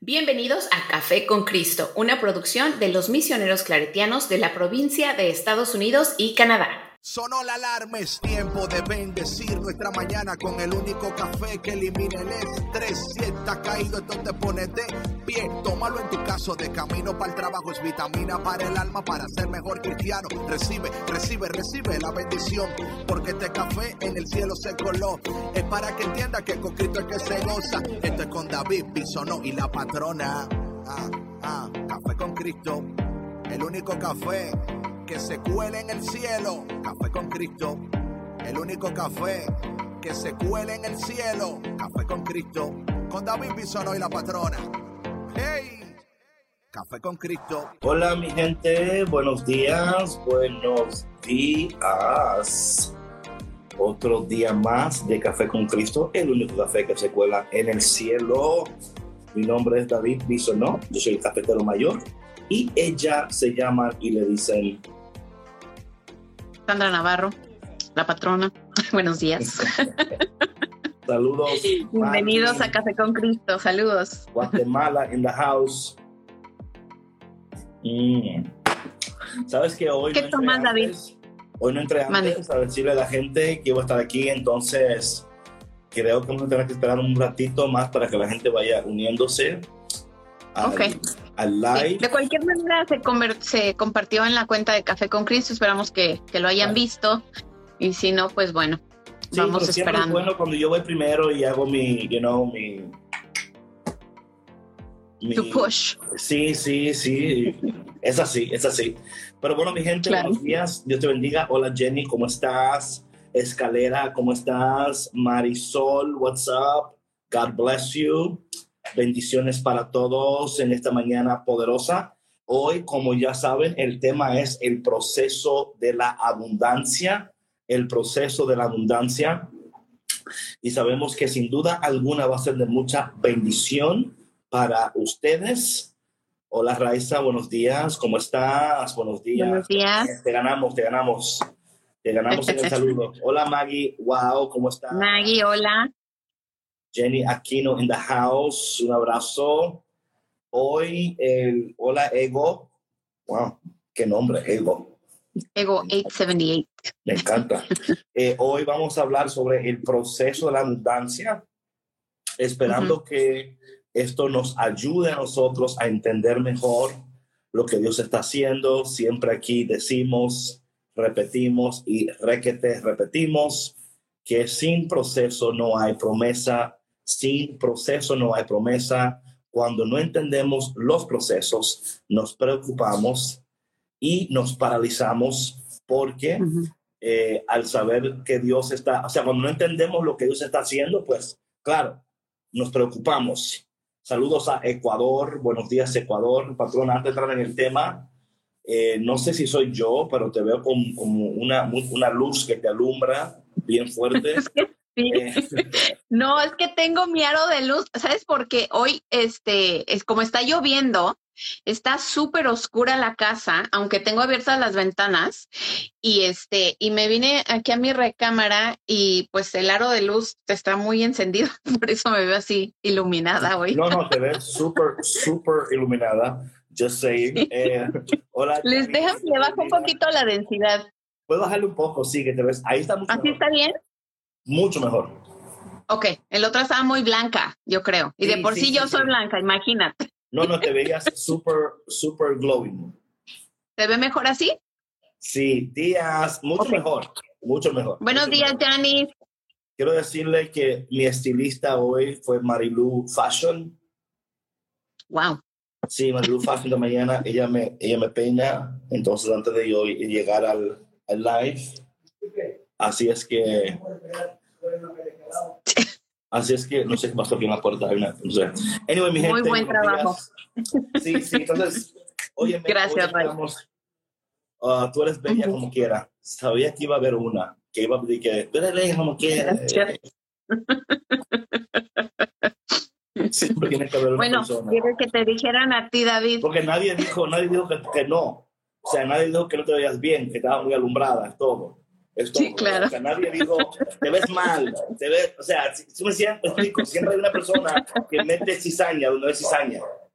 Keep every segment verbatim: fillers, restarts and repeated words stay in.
Bienvenidos a Café con Cristo, una producción de los misioneros claretianos de la provincia de Estados Unidos y Canadá. Sonó la alarma, es tiempo de bendecir nuestra mañana con el único café que elimina el estrés. Si estás caído, entonces ponete pie. Tómalo en tu caso, de camino para el trabajo. Es vitamina para el alma, para ser mejor cristiano. Recibe, recibe, recibe la bendición, porque este café en el cielo se coló. Es para que entiendas que con Cristo es que se goza. Esto es con David Bisonó y la patrona. Ah, ah, Café con Cristo, el único café que se cuele en el cielo. Café con Cristo, el único café que se cuele en el cielo. Café con Cristo, con David Bisonó y la patrona. ¡Hey! Café con Cristo. Hola mi gente, buenos días, buenos días. Otro día más de Café con Cristo, el único café que se cuela en el cielo. Mi nombre es David Bisonó, yo soy el cafetero mayor y ella se llama y le dicen Sandra Navarro, la patrona. Buenos días. Saludos. Bienvenidos Martín. a Café con Cristo. Saludos. Guatemala in the house. Mm. ¿Sabes que hoy ¿Qué no tomas, entré David? antes? Hoy no entré Mande. antes a decirle a la gente que iba a estar aquí, entonces creo que vamos a tener que esperar un ratito más para que la gente vaya uniéndose al, Ok. al live. Sí, de cualquier manera se, conver- se compartió en la cuenta de Café con Cristo. Esperamos que, que lo hayan Claro. visto. Y si no, pues bueno, Sí, vamos pero siempre esperando. es bueno cuando yo voy primero y hago mi, you know, mi... mi To push. Sí, sí, sí. Es así, es así. Pero bueno, mi gente, Claro. buenos días. Dios te bendiga. Hola, Jenny, ¿cómo estás? Escalera, ¿cómo estás? Marisol, what's up? God bless you. Bendiciones para todos en esta mañana poderosa. Hoy, como ya saben, el tema es el proceso de la abundancia. El proceso de la abundancia. Y sabemos que sin duda alguna va a ser de mucha bendición para ustedes. Hola, Raiza, buenos días. ¿Cómo estás? Buenos días. Buenos días. Te ganamos, te ganamos. Te ganamos en el saludo. Hola, Maggie. Wow, ¿cómo estás? Maggie, hola. Jenny Aquino in the house. Un abrazo. Hoy, el hola, Ego. Wow, qué nombre, Ego. Ego ochocientos setenta y ocho. Me encanta. Eh, hoy vamos a hablar sobre el proceso de la abundancia, esperando uh-huh. que esto nos ayude a nosotros a entender mejor lo que Dios está haciendo. Siempre aquí decimos, repetimos y requete, repetimos que sin proceso no hay promesa, sin proceso no hay promesa. Cuando no entendemos los procesos, nos preocupamos y nos paralizamos porque uh-huh. eh, al saber que Dios está, o sea, cuando no entendemos lo que Dios está haciendo, pues claro, nos preocupamos. Saludos a Ecuador, buenos días Ecuador. Patrón, antes de entrar en el tema, eh, no sé si soy yo, pero te veo como, como una, una luz que te alumbra bien fuerte. Es que sí. Eh. No, es que tengo mi aro de luz, ¿sabes? Porque hoy, este, es como está lloviendo, está súper oscura la casa, aunque tengo abiertas las ventanas, y este, y me vine aquí a mi recámara y pues el aro de luz está muy encendido, por eso me veo así iluminada hoy. No, no, te ves súper, súper iluminada. Just saying. Sí. Eh, hola. Les dejo, le bajo un poquito la densidad. Puedes bajarle un poco, sí, que te ves. Ahí está mucho ¿Así mejor. está bien? Mucho mejor. Ok, el otro estaba muy blanca, yo creo. Y sí, de por sí, sí yo sí, soy sí. blanca, imagínate. No, no, te veías súper, súper glowing. ¿Te ve mejor así? Sí, días, mucho okay. mejor, mucho mejor. Buenos mucho días, mejor. Janice. Quiero decirle que mi estilista hoy fue Marilu Fashion. Wow. Sí, Marilu Fashion de mañana, ella me, ella me peina, entonces antes de yo llegar al, al live, así es que... Así es que no sé qué pasó aquí en la puerta. Una, no sé. Anyway, mi gente. Muy buen trabajo. Días. Sí, sí. Entonces, oye, gracias, Ray. Uh, tú eres bella uh-huh. como quiera. Sabía que iba a haber una que iba a decir que tú eres bella como quiera. Siempre tiene que haber una bueno, persona. Quiero que te dijeran a ti, David. Porque nadie dijo, nadie dijo que, que no. O sea, nadie dijo que no te veías bien, que estaba muy alumbrada, todo. Esto, sí, claro. O sea, nadie dijo, te ves mal, te ves, o sea, si, si me, siempre, me explico, siempre hay una persona que mete cizaña donde no hay cizaña.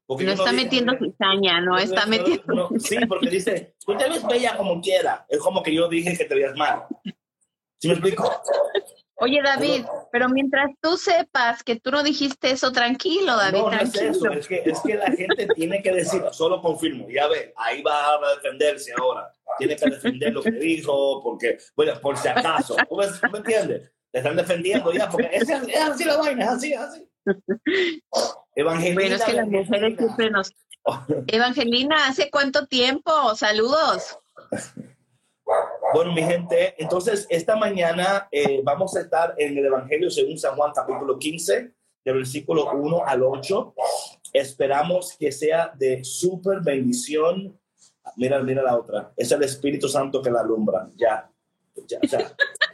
Porque no yo está dije, metiendo cizaña, no, no, está no, metiendo. no, sí, porque dice, tú te ves bella como quiera. Es como que yo dije que te veías mal. ¿Sí me explico? Oye, David, Pero, pero mientras tú sepas que tú no dijiste eso, tranquilo, David, no, no es tranquilo. eso. Es que, es que la gente tiene que decir, solo confirmo. Ya ve, ahí va a defenderse ahora. Tiene que defender lo que dijo, porque, bueno, por si acaso. ¿Tú me, tú me entiendes? Le están defendiendo ya, porque es, es así la vaina, es así, es así. Evangelina, Bueno, es que las Evangelina. mujeres siempre nos... Evangelina, ¿hace cuánto tiempo? Saludos. Bueno, mi gente, entonces esta mañana eh, vamos a estar en el Evangelio según San Juan, capítulo quince, del versículo uno al ocho. Esperamos que sea de súper bendición. Mira, mira la otra. Es el Espíritu Santo que la alumbra. Ya, ya, ya.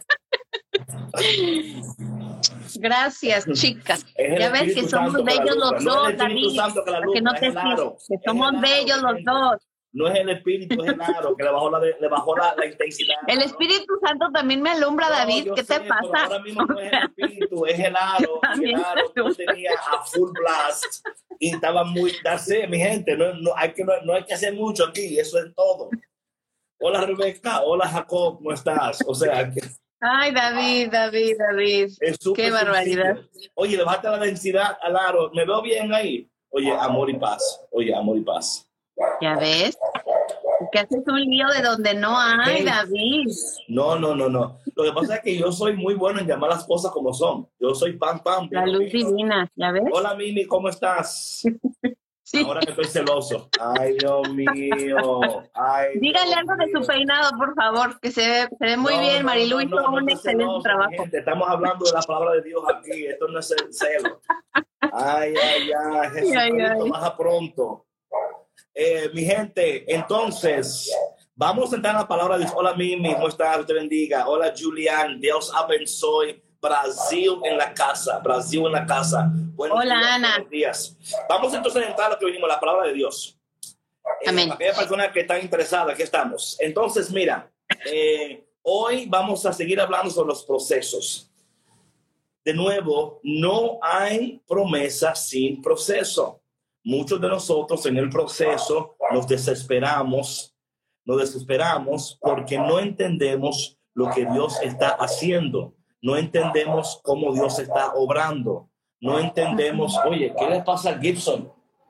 Gracias, chicas. Es Ya el ves que Espíritu somos Santo que la bellos alumbra. los No dos, es el Espíritu David. Santo que la Para que no alumbra, te es el aro. fijes, que Es somos el aro, bellos los gente. dos. No es el Espíritu, es el aro que le bajó la, le bajó la, la intensidad. El Espíritu Santo también me alumbra, No, David. yo ¿Qué sé, te pasa? pero ahora mismo no es el Espíritu, es el aro. Y el También aro me yo tenía a full blast y estaba muy, sé, mi gente, no, no, hay que, no, no hay que hacer mucho aquí, eso es todo. Hola Rebeca, hola Jacob, ¿cómo estás? O sea, que Ay, David, David, David. es súper Qué barbaridad. sencillo. Oye, le bajaste la densidad al aro, ¿me veo bien ahí? Oye, amor y paz, oye, amor y paz. ¿Ya ves? Que haces un lío de donde no hay, Hey. David. No, no, no, no. Lo que pasa es que yo soy muy bueno en llamar las cosas como son. Yo soy pam, pam. La vino, luz vino. divina, ¿ya ves? Hola, Mimi, ¿cómo estás? Sí. Ahora que estoy celoso. Ay, Dios mío. Ay, Dígale Dios algo de mío. su peinado, por favor, que se ve, se ve muy No, bien. no, Marilu no, hizo no, no un estoy excelente celoso, trabajo. mi gente. Estamos hablando de la palabra de Dios aquí. Esto no es el celo. Ay, ay, ay. Jesucristo, Ay, ay. baja pronto. Eh, mi gente, entonces, vamos a entrar en la palabra de Dios. Hola, Mimi, ¿cómo estás? Dios te bendiga. Hola, Julián. Dios abençoe. Brasil en la casa. Brasil en la casa. Buenos Hola, días, Ana. Buenos días. Vamos entonces a entrar a lo que vinimos, la palabra de Dios. Eh, Amén. para aquellas personas que están interesadas, aquí estamos. Entonces, mira, eh, hoy vamos a seguir hablando sobre los procesos. De nuevo, no hay promesa sin proceso. Muchos de nosotros en el proceso nos desesperamos, nos desesperamos porque no entendemos lo que Dios está haciendo. No entendemos cómo Dios está obrando. No entendemos, oye, ¿qué le pasa a Gibson?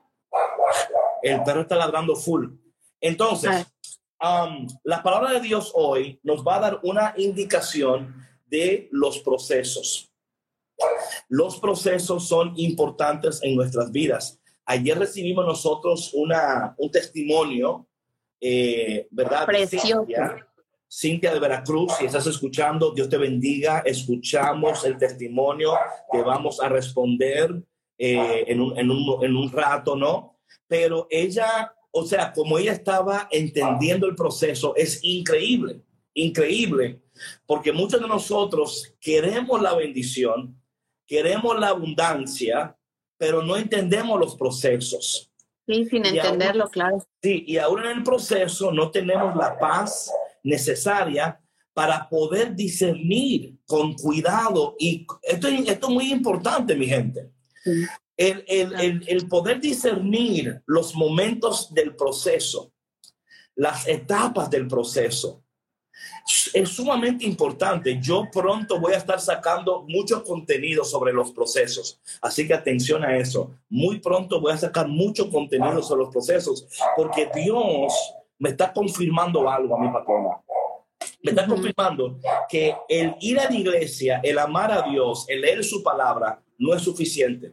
El perro está ladrando full. Entonces, um, la palabra de Dios hoy nos va a dar una indicación de los procesos. Los procesos son importantes en nuestras vidas. Ayer recibimos nosotros una, un testimonio, eh, ¿verdad? Precioso. Cintia, Cintia de Veracruz, si estás escuchando, Dios te bendiga. Escuchamos el testimonio que vamos a responder eh, en, un, en, un, en un rato, ¿no? Pero ella, o sea, como ella estaba entendiendo el proceso, es increíble, increíble, porque muchos de nosotros queremos la bendición, queremos la abundancia, pero no entendemos los procesos. Sí, sin Y entenderlo, aún, claro. Sí, y aún en el proceso no tenemos la paz necesaria para poder discernir con cuidado. Y esto, esto es muy importante, mi gente. Sí. El, el, el, el poder discernir los momentos del proceso, las etapas del proceso, es sumamente importante. Yo pronto voy a estar sacando mucho contenido sobre los procesos, así que atención a eso. Muy pronto voy a sacar mucho contenido sobre los procesos, porque Dios me está confirmando algo a mi patrona. Me está confirmando que el ir a la iglesia, el amar a Dios, el leer su palabra, no es suficiente.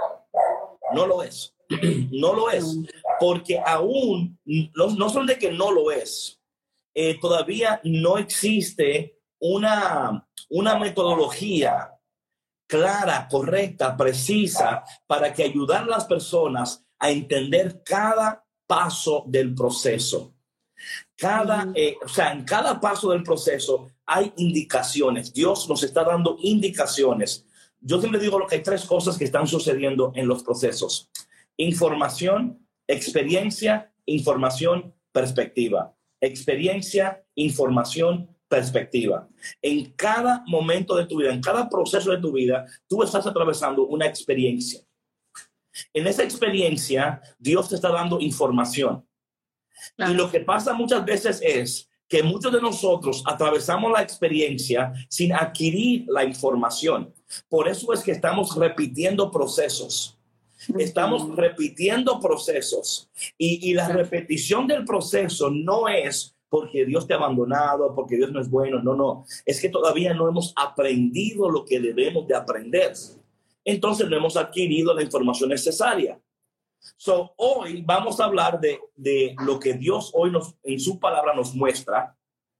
No lo es. No lo es. Porque aún, no, no son de que no lo es. Eh, todavía no existe una, una metodología clara, correcta, precisa para que ayudar a las personas a entender cada paso del proceso. Cada, eh, o sea, en cada paso del proceso hay indicaciones. Dios nos está dando indicaciones. Yo siempre digo lo que hay tres cosas que están sucediendo en los procesos: información, experiencia, información, perspectiva. Experiencia, información, perspectiva. En cada momento de tu vida, en cada proceso de tu vida, tú estás atravesando una experiencia. En esa experiencia, Dios te está dando información. Claro. Y lo que pasa muchas veces es que muchos de nosotros atravesamos la experiencia sin adquirir la información. Por eso es que estamos repitiendo procesos. Estamos repitiendo procesos. Y, y la repetición del proceso no es porque Dios te ha abandonado, porque Dios no es bueno. No, no. Es que todavía no hemos aprendido lo que debemos de aprender. Entonces no hemos adquirido la información necesaria. So, hoy vamos a hablar de, de lo que Dios hoy nos, en su palabra nos muestra,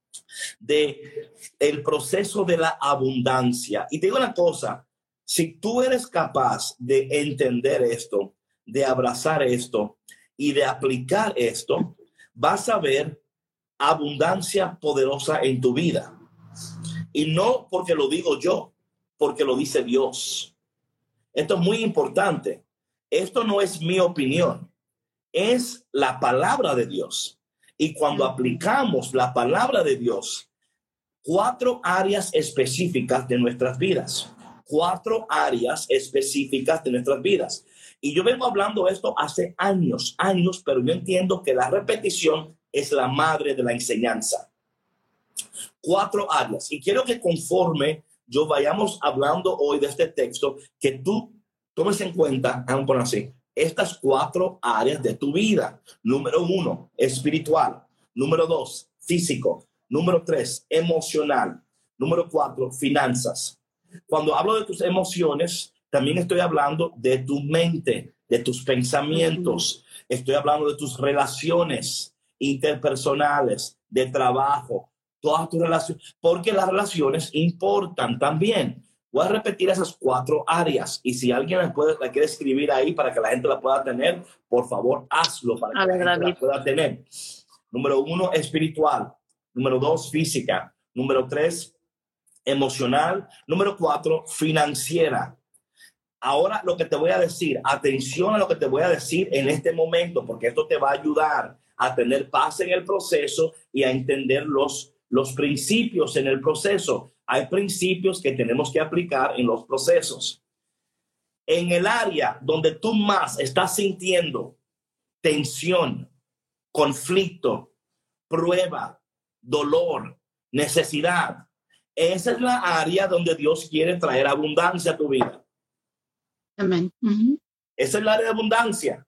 de el proceso de la abundancia. Y te digo una cosa, si tú eres capaz de entender esto, de abrazar esto y de aplicar esto, vas a ver abundancia poderosa en tu vida. Y no porque lo digo yo, porque lo dice Dios. Esto es muy importante. Esto no es mi opinión, es la palabra de Dios. Y cuando aplicamos la palabra de Dios, cuatro áreas específicas de nuestras vidas, cuatro áreas específicas de nuestras vidas. Y yo vengo hablando esto hace años, años, pero yo entiendo que la repetición es la madre de la enseñanza. Cuatro áreas. Y quiero que conforme yo vayamos hablando hoy de este texto, que tú tomes en cuenta, vamos a poner así, estas cuatro áreas de tu vida. Número uno, espiritual. Número dos, físico. Número tres, emocional. Número cuatro, finanzas. Cuando hablo de tus emociones, también estoy hablando de tu mente, de tus pensamientos. Estoy hablando de tus relaciones interpersonales, de trabajo, todas tus relaciones, porque las relaciones importan también. Voy a repetir esas cuatro áreas y si alguien la, puede, la quiere escribir ahí para que la gente la pueda tener, por favor, hazlo para que a la ver, gente la pueda tener. Número uno, espiritual. Número dos, física. Número tres, emocional. Número cuatro, financiera. Ahora lo que te voy a decir, atención a lo que te voy a decir en este momento, porque esto te va a ayudar a tener paz en el proceso y a entender los, los principios en el proceso. Hay principios que tenemos que aplicar en los procesos. En el área donde tú más estás sintiendo tensión, conflicto, prueba, dolor, necesidad, esa es la área donde Dios quiere traer abundancia a tu vida. Amén. Uh-huh. Esa es la área de abundancia.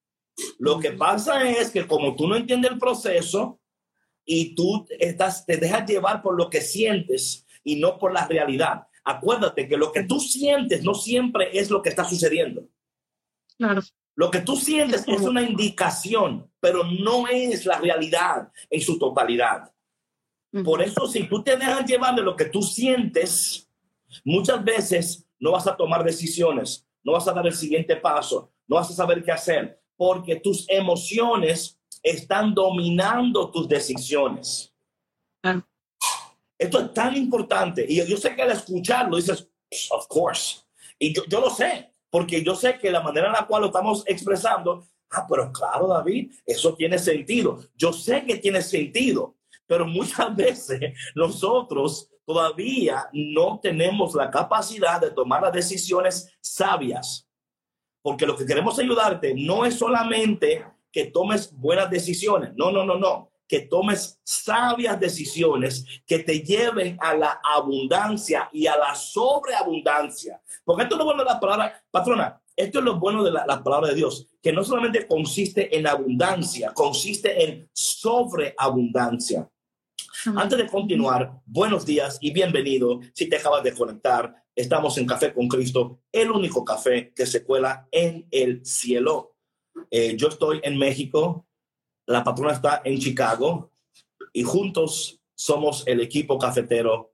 Lo que pasa es que como tú no entiendes el proceso y tú estás, te dejas llevar por lo que sientes y no por la realidad. Acuérdate que lo que tú sientes no siempre es lo que está sucediendo. Claro. Lo que tú sientes es una indicación, pero no es la realidad en su totalidad. Uh-huh. Por eso, si tú te dejas llevar de lo que tú sientes, muchas veces no vas a tomar decisiones, no vas a dar el siguiente paso, no vas a saber qué hacer, porque tus emociones están dominando tus decisiones. Uh-huh. Esto es tan importante. Y yo sé que al escucharlo dices, of course. Y yo, yo lo sé, porque yo sé que la manera en la cual lo estamos expresando, ah, pero claro, David, eso tiene sentido. Yo sé que tiene sentido, pero muchas veces nosotros todavía no tenemos la capacidad de tomar las decisiones sabias. Porque lo que queremos ayudarte no es solamente que tomes buenas decisiones. No, no, no, no. Que tomes sabias decisiones que te lleven a la abundancia y a la sobreabundancia. Porque esto es lo bueno de la palabra, patrona, esto es lo bueno de la, la palabra de Dios, que no solamente consiste en abundancia, consiste en sobreabundancia. Uh-huh. Antes de continuar, buenos días y bienvenido. Si te acabas de conectar, estamos en Café con Cristo, el único café que se cuela en el cielo. Eh, yo estoy en México. La patrona está en Chicago y juntos somos el equipo cafetero.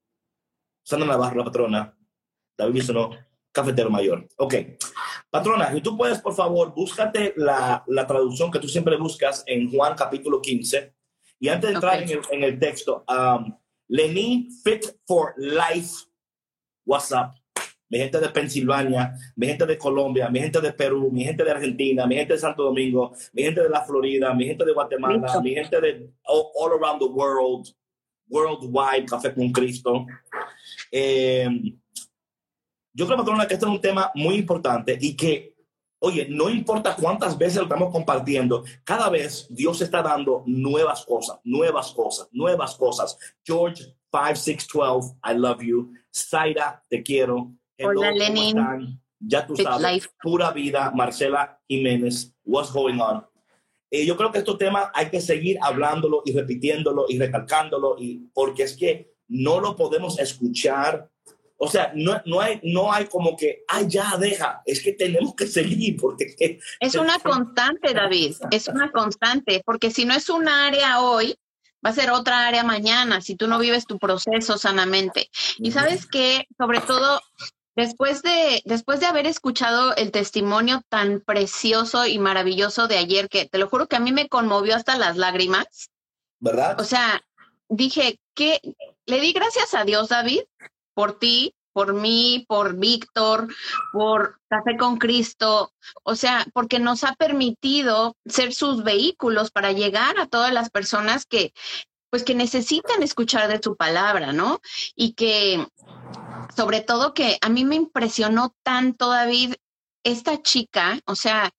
Sandra Navarro, la patrona. David Bisonó, cafetero mayor. Ok. Patrona, si tú puedes, por favor, búscate la, la traducción que tú siempre buscas en Juan capítulo quince. Y antes de entrar okay. en, el, en el texto, um, Lenin Fit for Life, what's up? Mi gente de Pensilvania, mi gente de Colombia, mi gente de Perú, mi gente de Argentina, mi gente de Santo Domingo, mi gente de la Florida, mi gente de Guatemala, Listo. mi gente de all, all around the world, worldwide, Café con Cristo. Eh, yo creo, patrona, que este es un tema muy importante y que Oye, no importa cuántas veces lo estamos compartiendo, cada vez Dios está dando nuevas cosas, nuevas cosas, nuevas cosas. George five six twelve, I love you. Zaira, te quiero. Hello, hola, Lenin. Ya tú sabes. Life. Pura vida. Marcela Jiménez, what's going on? Eh, yo creo que estos temas hay que seguir hablándolo y repitiéndolo y recalcándolo, y, porque es que no lo podemos escuchar. O sea, no, no, hay, no hay como que, ay, ya, deja. Es que tenemos que seguir porque... Es una constante, David. Es una constante. Porque si no es un área hoy, va a ser otra área mañana, si tú no vives tu proceso sanamente. Y sabes que, sobre todo, después de, después de haber escuchado el testimonio tan precioso y maravilloso de ayer, que te lo juro que a mí me conmovió hasta las lágrimas. ¿Verdad? O sea, dije que le di gracias a Dios, David, por ti, por mí, por Víctor, por Café con Cristo, o sea, porque nos ha permitido ser sus vehículos para llegar a todas las personas que, pues, que necesitan escuchar de su palabra, ¿no? Y que, sobre todo, que a mí me impresionó tanto, David, esta chica, o sea,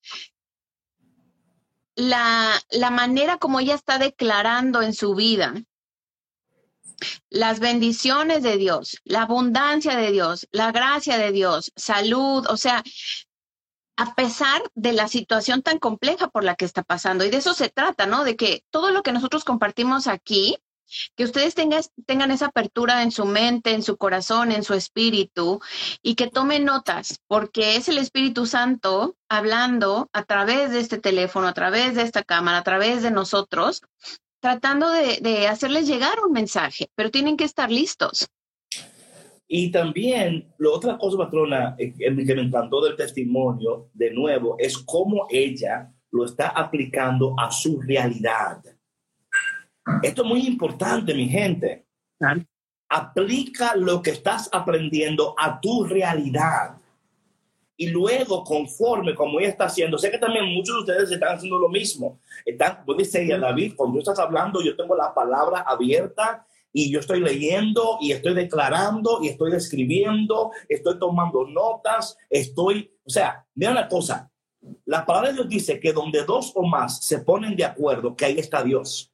la, la manera como ella está declarando en su vida las bendiciones de Dios, la abundancia de Dios, la gracia de Dios, salud, o sea, a pesar de la situación tan compleja por la que está pasando. Y de eso se trata, ¿no? De que todo lo que nosotros compartimos aquí, que ustedes tengan, tengan esa apertura en su mente, en su corazón, en su espíritu, y que tomen notas, porque es el Espíritu Santo hablando a través de este teléfono, a través de esta cámara, a través de nosotros, tratando de, de hacerles llegar un mensaje, pero tienen que estar listos. Y también, la otra cosa, patrona, eh, que me encantó del testimonio, de nuevo, es cómo ella lo está aplicando a su realidad. Esto es muy importante, mi gente. Claro. Aplica lo que estás aprendiendo a tu realidad. Y luego, conforme como ella está haciendo, sé que también muchos de ustedes están haciendo lo mismo. Están, puede ser, David, cuando tú estás hablando, yo tengo la palabra abierta y yo estoy leyendo y estoy declarando y estoy escribiendo, estoy tomando notas, estoy, o sea, mira una cosa, la palabra de Dios dice que donde dos o más se ponen de acuerdo, que ahí está Dios.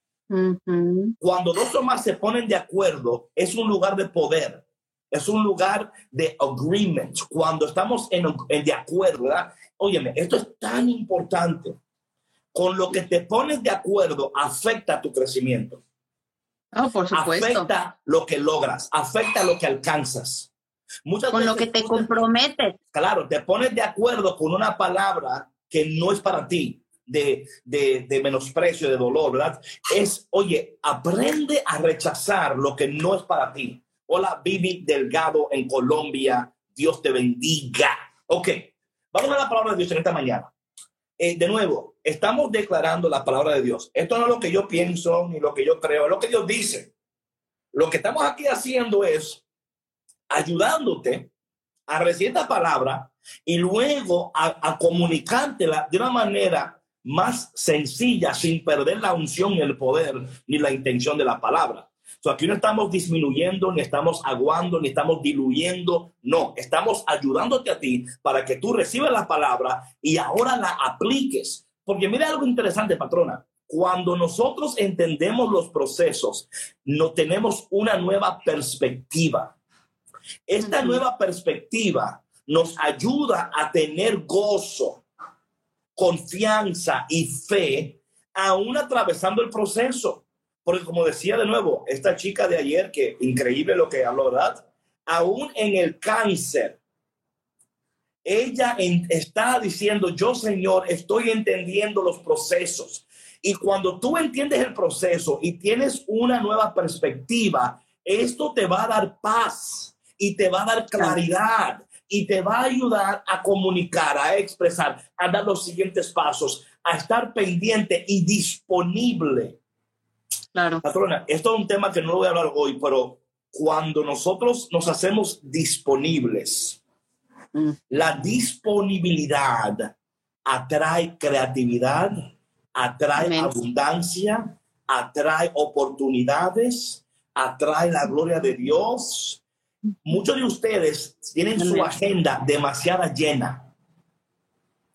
Uh-huh. Cuando dos o más se ponen de acuerdo, es un lugar de poder. Es un lugar de agreement. Cuando estamos en, en de acuerdo, ¿verdad? Óyeme, esto es tan importante. Con lo que te pones de acuerdo afecta tu crecimiento. Oh, por supuesto. Afecta lo que logras, afecta lo que alcanzas. Muchas con veces, lo que te comprometes. Claro, te pones de acuerdo con una palabra que no es para ti, de, de, de menosprecio, de dolor, ¿verdad? Es, oye, aprende a rechazar lo que no es para ti. Hola, Vivi Delgado en Colombia. Dios te bendiga. Ok, vamos a la palabra de Dios en esta mañana. Eh, de nuevo, estamos declarando la palabra de Dios. Esto no es lo que yo pienso ni lo que yo creo, es lo que Dios dice. Lo que estamos aquí haciendo es ayudándote a recibir esta palabra y luego a, a comunicártela de una manera más sencilla, sin perder la unción y el poder ni la intención de la palabra. So, aquí no estamos disminuyendo, ni estamos aguando, ni estamos diluyendo. No, estamos ayudándote a ti para que tú recibas la palabra y ahora la apliques. Porque mira algo interesante, patrona. Cuando nosotros entendemos los procesos, no tenemos una nueva perspectiva. Esta nueva perspectiva nos ayuda a tener gozo, confianza y fe, aún atravesando el proceso. Porque como decía de nuevo, esta chica de ayer, que increíble lo que habló, ¿verdad? Aún en el cáncer, ella en, está diciendo, yo, Señor, estoy entendiendo los procesos. Y cuando tú entiendes el proceso y tienes una nueva perspectiva, esto te va a dar paz y te va a dar claridad y te va a ayudar a comunicar, a expresar, a dar los siguientes pasos, a estar pendiente y disponible. Claro. Patrona, esto es un tema que no lo voy a hablar hoy, pero cuando nosotros nos hacemos disponibles, mm. la disponibilidad atrae creatividad, atrae Amén. Abundancia, atrae oportunidades, atrae la gloria de Dios. Muchos de ustedes tienen Amén. Su agenda demasiado llena.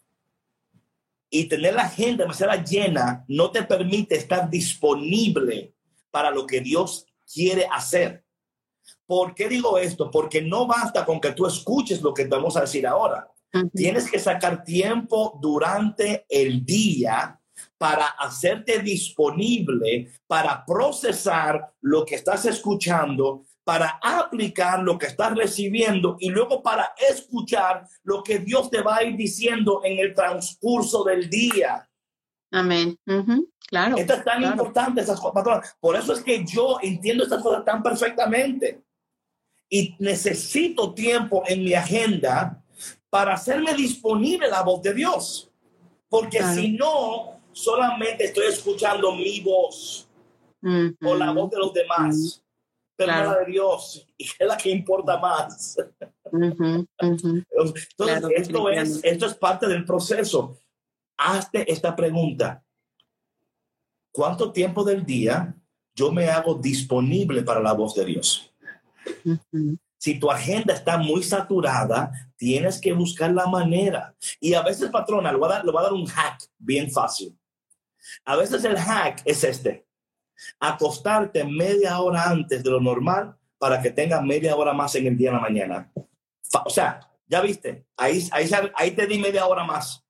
Y tener la agenda demasiado llena no te permite estar disponible para lo que Dios quiere hacer. ¿Por qué digo esto? Porque no basta con que tú escuches lo que te vamos a decir ahora. Uh-huh. Tienes que sacar tiempo durante el día para hacerte disponible, para procesar lo que estás escuchando, para aplicar lo que estás recibiendo y luego para escuchar lo que Dios te va a ir diciendo en el transcurso del día. Amén. Uh-huh. Claro. Esto es tan claro. importante, esas cosas, patrona. Por eso es que yo entiendo estas cosas tan perfectamente y necesito tiempo en mi agenda para hacerme disponible a la voz de Dios. Porque claro. si no, solamente estoy escuchando mi voz uh-huh. o la voz de los demás. Uh-huh. Pero claro. la de Dios, y es la que importa más. Uh-huh, uh-huh. Entonces, claro, esto, es, esto es parte del proceso. Hazte esta pregunta. ¿Cuánto tiempo del día yo me hago disponible para la voz de Dios? Uh-huh. Si tu agenda está muy saturada, tienes que buscar la manera. Y a veces, patrona, le voy a dar, le voy a dar un hack bien fácil. A veces el hack es este. Acostarte media hora antes de lo normal para que tengas media hora más en el día de la mañana. O sea, ya viste, ahí, ahí, ahí te di media hora más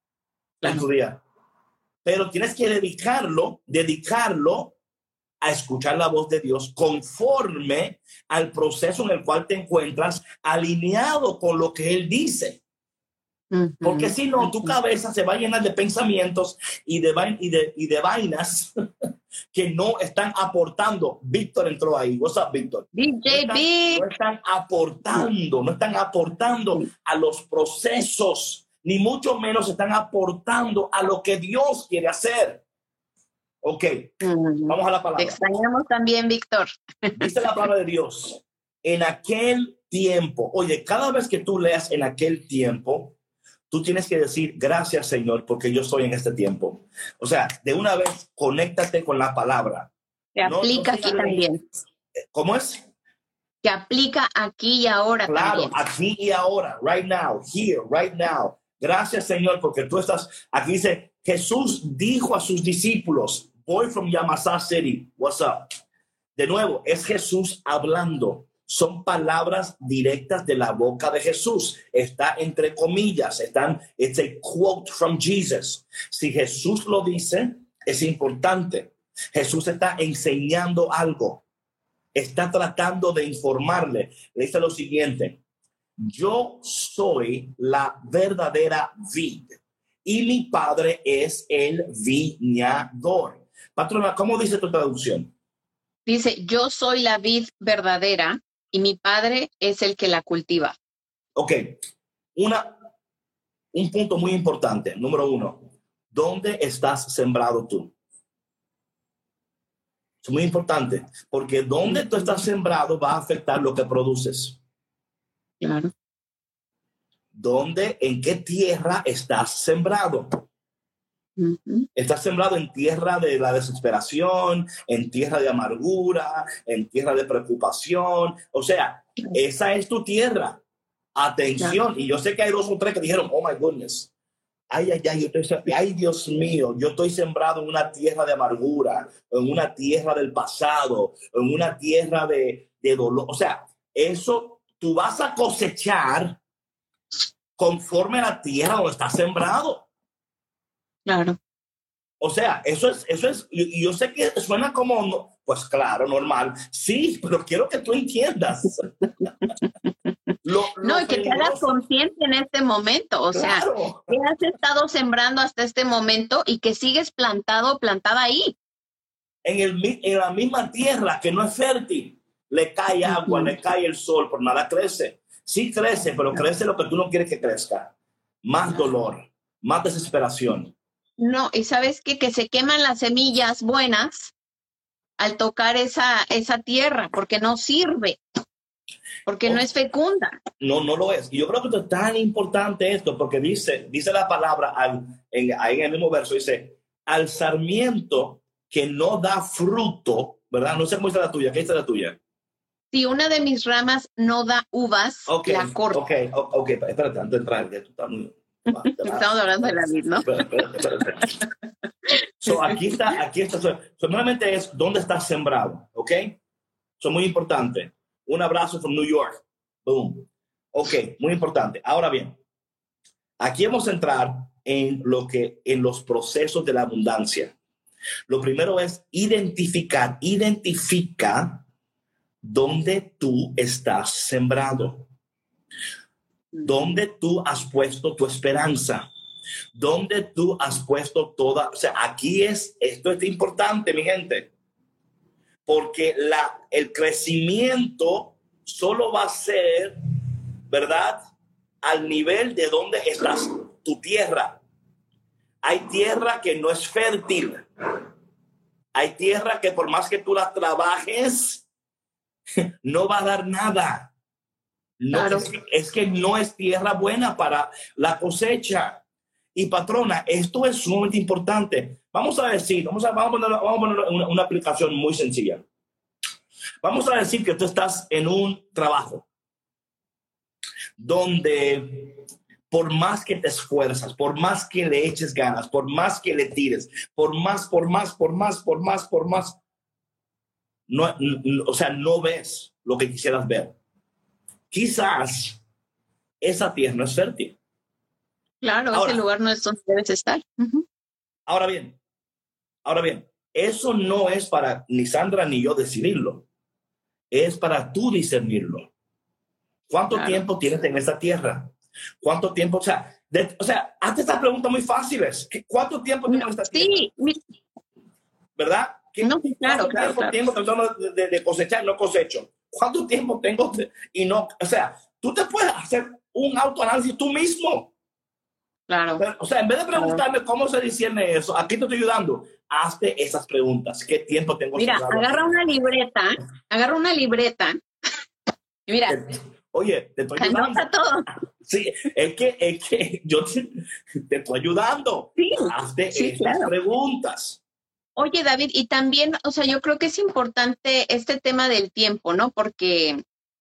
en tu día. Pero tienes que dedicarlo, dedicarlo a escuchar la voz de Dios conforme al proceso en el cual te encuentras, alineado con lo que Él dice. Uh-huh. Porque si no, tu cabeza se va a llenar de pensamientos y de, y de, y de vainas que no están aportando. Víctor entró ahí. What's up, Víctor? D J no, B. no están aportando, no están aportando a los procesos, ni mucho menos están aportando a lo que Dios quiere hacer. Ok, uh-huh. Vamos a la palabra. Te extrañamos también, Víctor. Dice la palabra de Dios. En aquel tiempo, oye, cada vez que tú leas en aquel tiempo, tú tienes que decir, gracias, Señor, porque yo estoy en este tiempo. O sea, de una vez, conéctate con la palabra. Que no, aplica no aquí también. ¿Cómo es? Que aplica aquí y ahora claro, también. Claro, aquí y ahora, right now, here, right now. Gracias, Señor, porque tú estás, aquí dice, Jesús dijo a sus discípulos, boy from Yamasá City, what's up? De nuevo, es Jesús hablando. Son palabras directas de la boca de Jesús. Está entre comillas. Están, it's a quote from Jesus. Si Jesús lo dice, es importante. Jesús está enseñando algo. Está tratando de informarle. Le dice lo siguiente. Yo soy la verdadera vid y mi padre es el viñador. Patrona, ¿cómo dice tu traducción? Dice, yo soy la vid verdadera y mi padre es el que la cultiva. Ok, Una, un punto muy importante. Número uno, ¿dónde estás sembrado tú? Es muy importante, porque donde tú estás sembrado va a afectar lo que produces. Claro. ¿Dónde, en qué tierra estás sembrado? Uh-huh. Estás sembrado en tierra de la desesperación, en tierra de amargura, en tierra de preocupación. O sea, esa es tu tierra. Atención. Claro. Y yo sé que hay dos o tres que dijeron, oh my goodness. Ay, ay, ay, yo estoy, ay, Dios mío, yo estoy sembrado en una tierra de amargura, en una tierra del pasado, en una tierra de, de dolor. O sea, eso tú vas a cosechar conforme a la tierra donde está sembrado. Claro. O sea, eso es, eso es, y yo sé que suena como, pues claro, normal. Sí, pero quiero que tú entiendas. lo, no, y que te hagas consciente en este momento. O claro. sea, que has estado sembrando hasta este momento y que sigues plantado, plantada ahí. En, el, en la misma tierra que no es fértil. Le cae agua, uh-huh. le cae el sol, por nada crece. Sí crece, pero crece lo que tú no quieres que crezca. Más dolor, más desesperación. No, y ¿sabes qué? Que se queman las semillas buenas al tocar esa, esa tierra, porque no sirve, porque oh, no es fecunda. No, no lo es. Y yo creo que es tan importante esto, porque dice, dice la palabra, al, en, ahí en el mismo verso, dice, al sarmiento que no da fruto, ¿verdad? No sé cómo está la tuya. ¿Qué está la tuya? Si una de mis ramas no da uvas, okay, la corto. Ok, ok, espérate, antes de entrar, ya tú estás muy... Estamos hablando de David, ¿no? So, aquí está, aquí está. So, normalmente es dónde estás sembrado, ¿ok? Eso es muy importante. Un abrazo from New York. Boom. Ok, muy importante. Ahora bien, aquí vamos a entrar en lo que, en los procesos de la abundancia. Lo primero es identificar, identifica dónde tú estás sembrado, dónde tú has puesto tu esperanza, dónde tú has puesto toda, o sea, aquí es, esto es importante, mi gente, porque la, el crecimiento solo va a ser, ¿verdad?, al nivel de donde estás tu tierra. Hay tierra que no es fértil. Hay tierra que por más que tú la trabajes, no va a dar nada. No, Claro. es, es que no es tierra buena para la cosecha. Y patrona, esto es sumamente importante. Vamos a decir, vamos a, vamos a poner, vamos a poner una, una aplicación muy sencilla. Vamos a decir que tú estás en un trabajo donde por más que te esfuerzas, por más que le eches ganas, por más que le tires, por más, por más, por más, por más, por más, no, no, o sea, no ves lo que quisieras ver. Quizás esa tierra no es fértil. Claro, Ahora, ese lugar no es donde debes estar. Uh-huh. Ahora bien, ahora bien, eso no es para ni Sandra ni yo decidirlo. Es para tú discernirlo. ¿Cuánto Claro. tiempo tienes en esta tierra? ¿Cuánto tiempo? O sea, de, o sea, hazte estas preguntas muy fáciles. ¿Cuánto tiempo tengo en esta tierra? Sí, mi- ¿Verdad? ¿Qué, No, claro, ¿Cuánto claro, tiempo claro. tengo tratando de, de, de cosechar? No cosecho. ¿Cuánto tiempo tengo? De, y no, o sea, tú te puedes hacer un autoanálisis tú mismo. Claro. Pero, o sea, en vez de preguntarme cómo se discierne eso, aquí te estoy ayudando. Hazte esas preguntas. ¿Qué tiempo tengo? Mira, sembrado? agarra una libreta, agarra una libreta y mira, Te- Oye, te estoy ayudando. anota todo. Sí, es que, es que yo te, te estoy ayudando. Sí, Hazte sí, estas claro. preguntas. Oye, David, y también, o sea, yo creo que es importante este tema del tiempo, ¿no? Porque,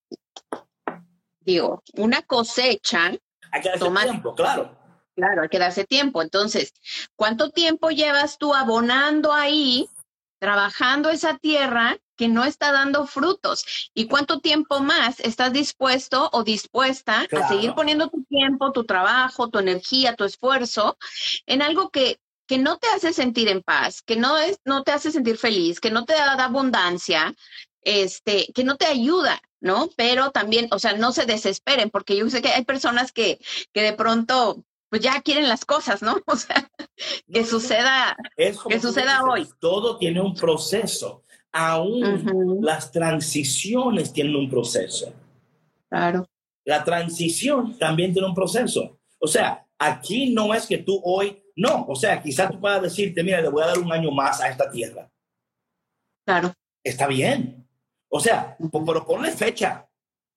digo, una cosecha, Hay que darse Toma- tiempo, claro. claro, hay que darse tiempo. Entonces, ¿cuánto tiempo llevas tú abonando ahí, trabajando esa tierra que no está dando frutos? ¿Y cuánto tiempo más estás dispuesto o dispuesta Claro. a seguir poniendo tu tiempo, tu trabajo, tu energía, tu esfuerzo en algo que, que no te hace sentir en paz, que no, es, no te hace sentir feliz, que no te da, da abundancia, este, que no te ayuda, ¿no? Pero también, o sea, no se desesperen, porque yo sé que hay personas que, que de pronto pues ya quieren las cosas, ¿no? O sea, que No, suceda, Es como que tú suceda dices, hoy. todo tiene un proceso. Aún Ujú. las transiciones tienen un proceso. Claro, La transición también tiene un proceso. O sea, aquí no es que tú hoy, no, o sea, quizás tú puedas decirte, mira, le voy a dar un año más a esta tierra. claro, Está bien. O sea, Ujú. pero ponle fecha,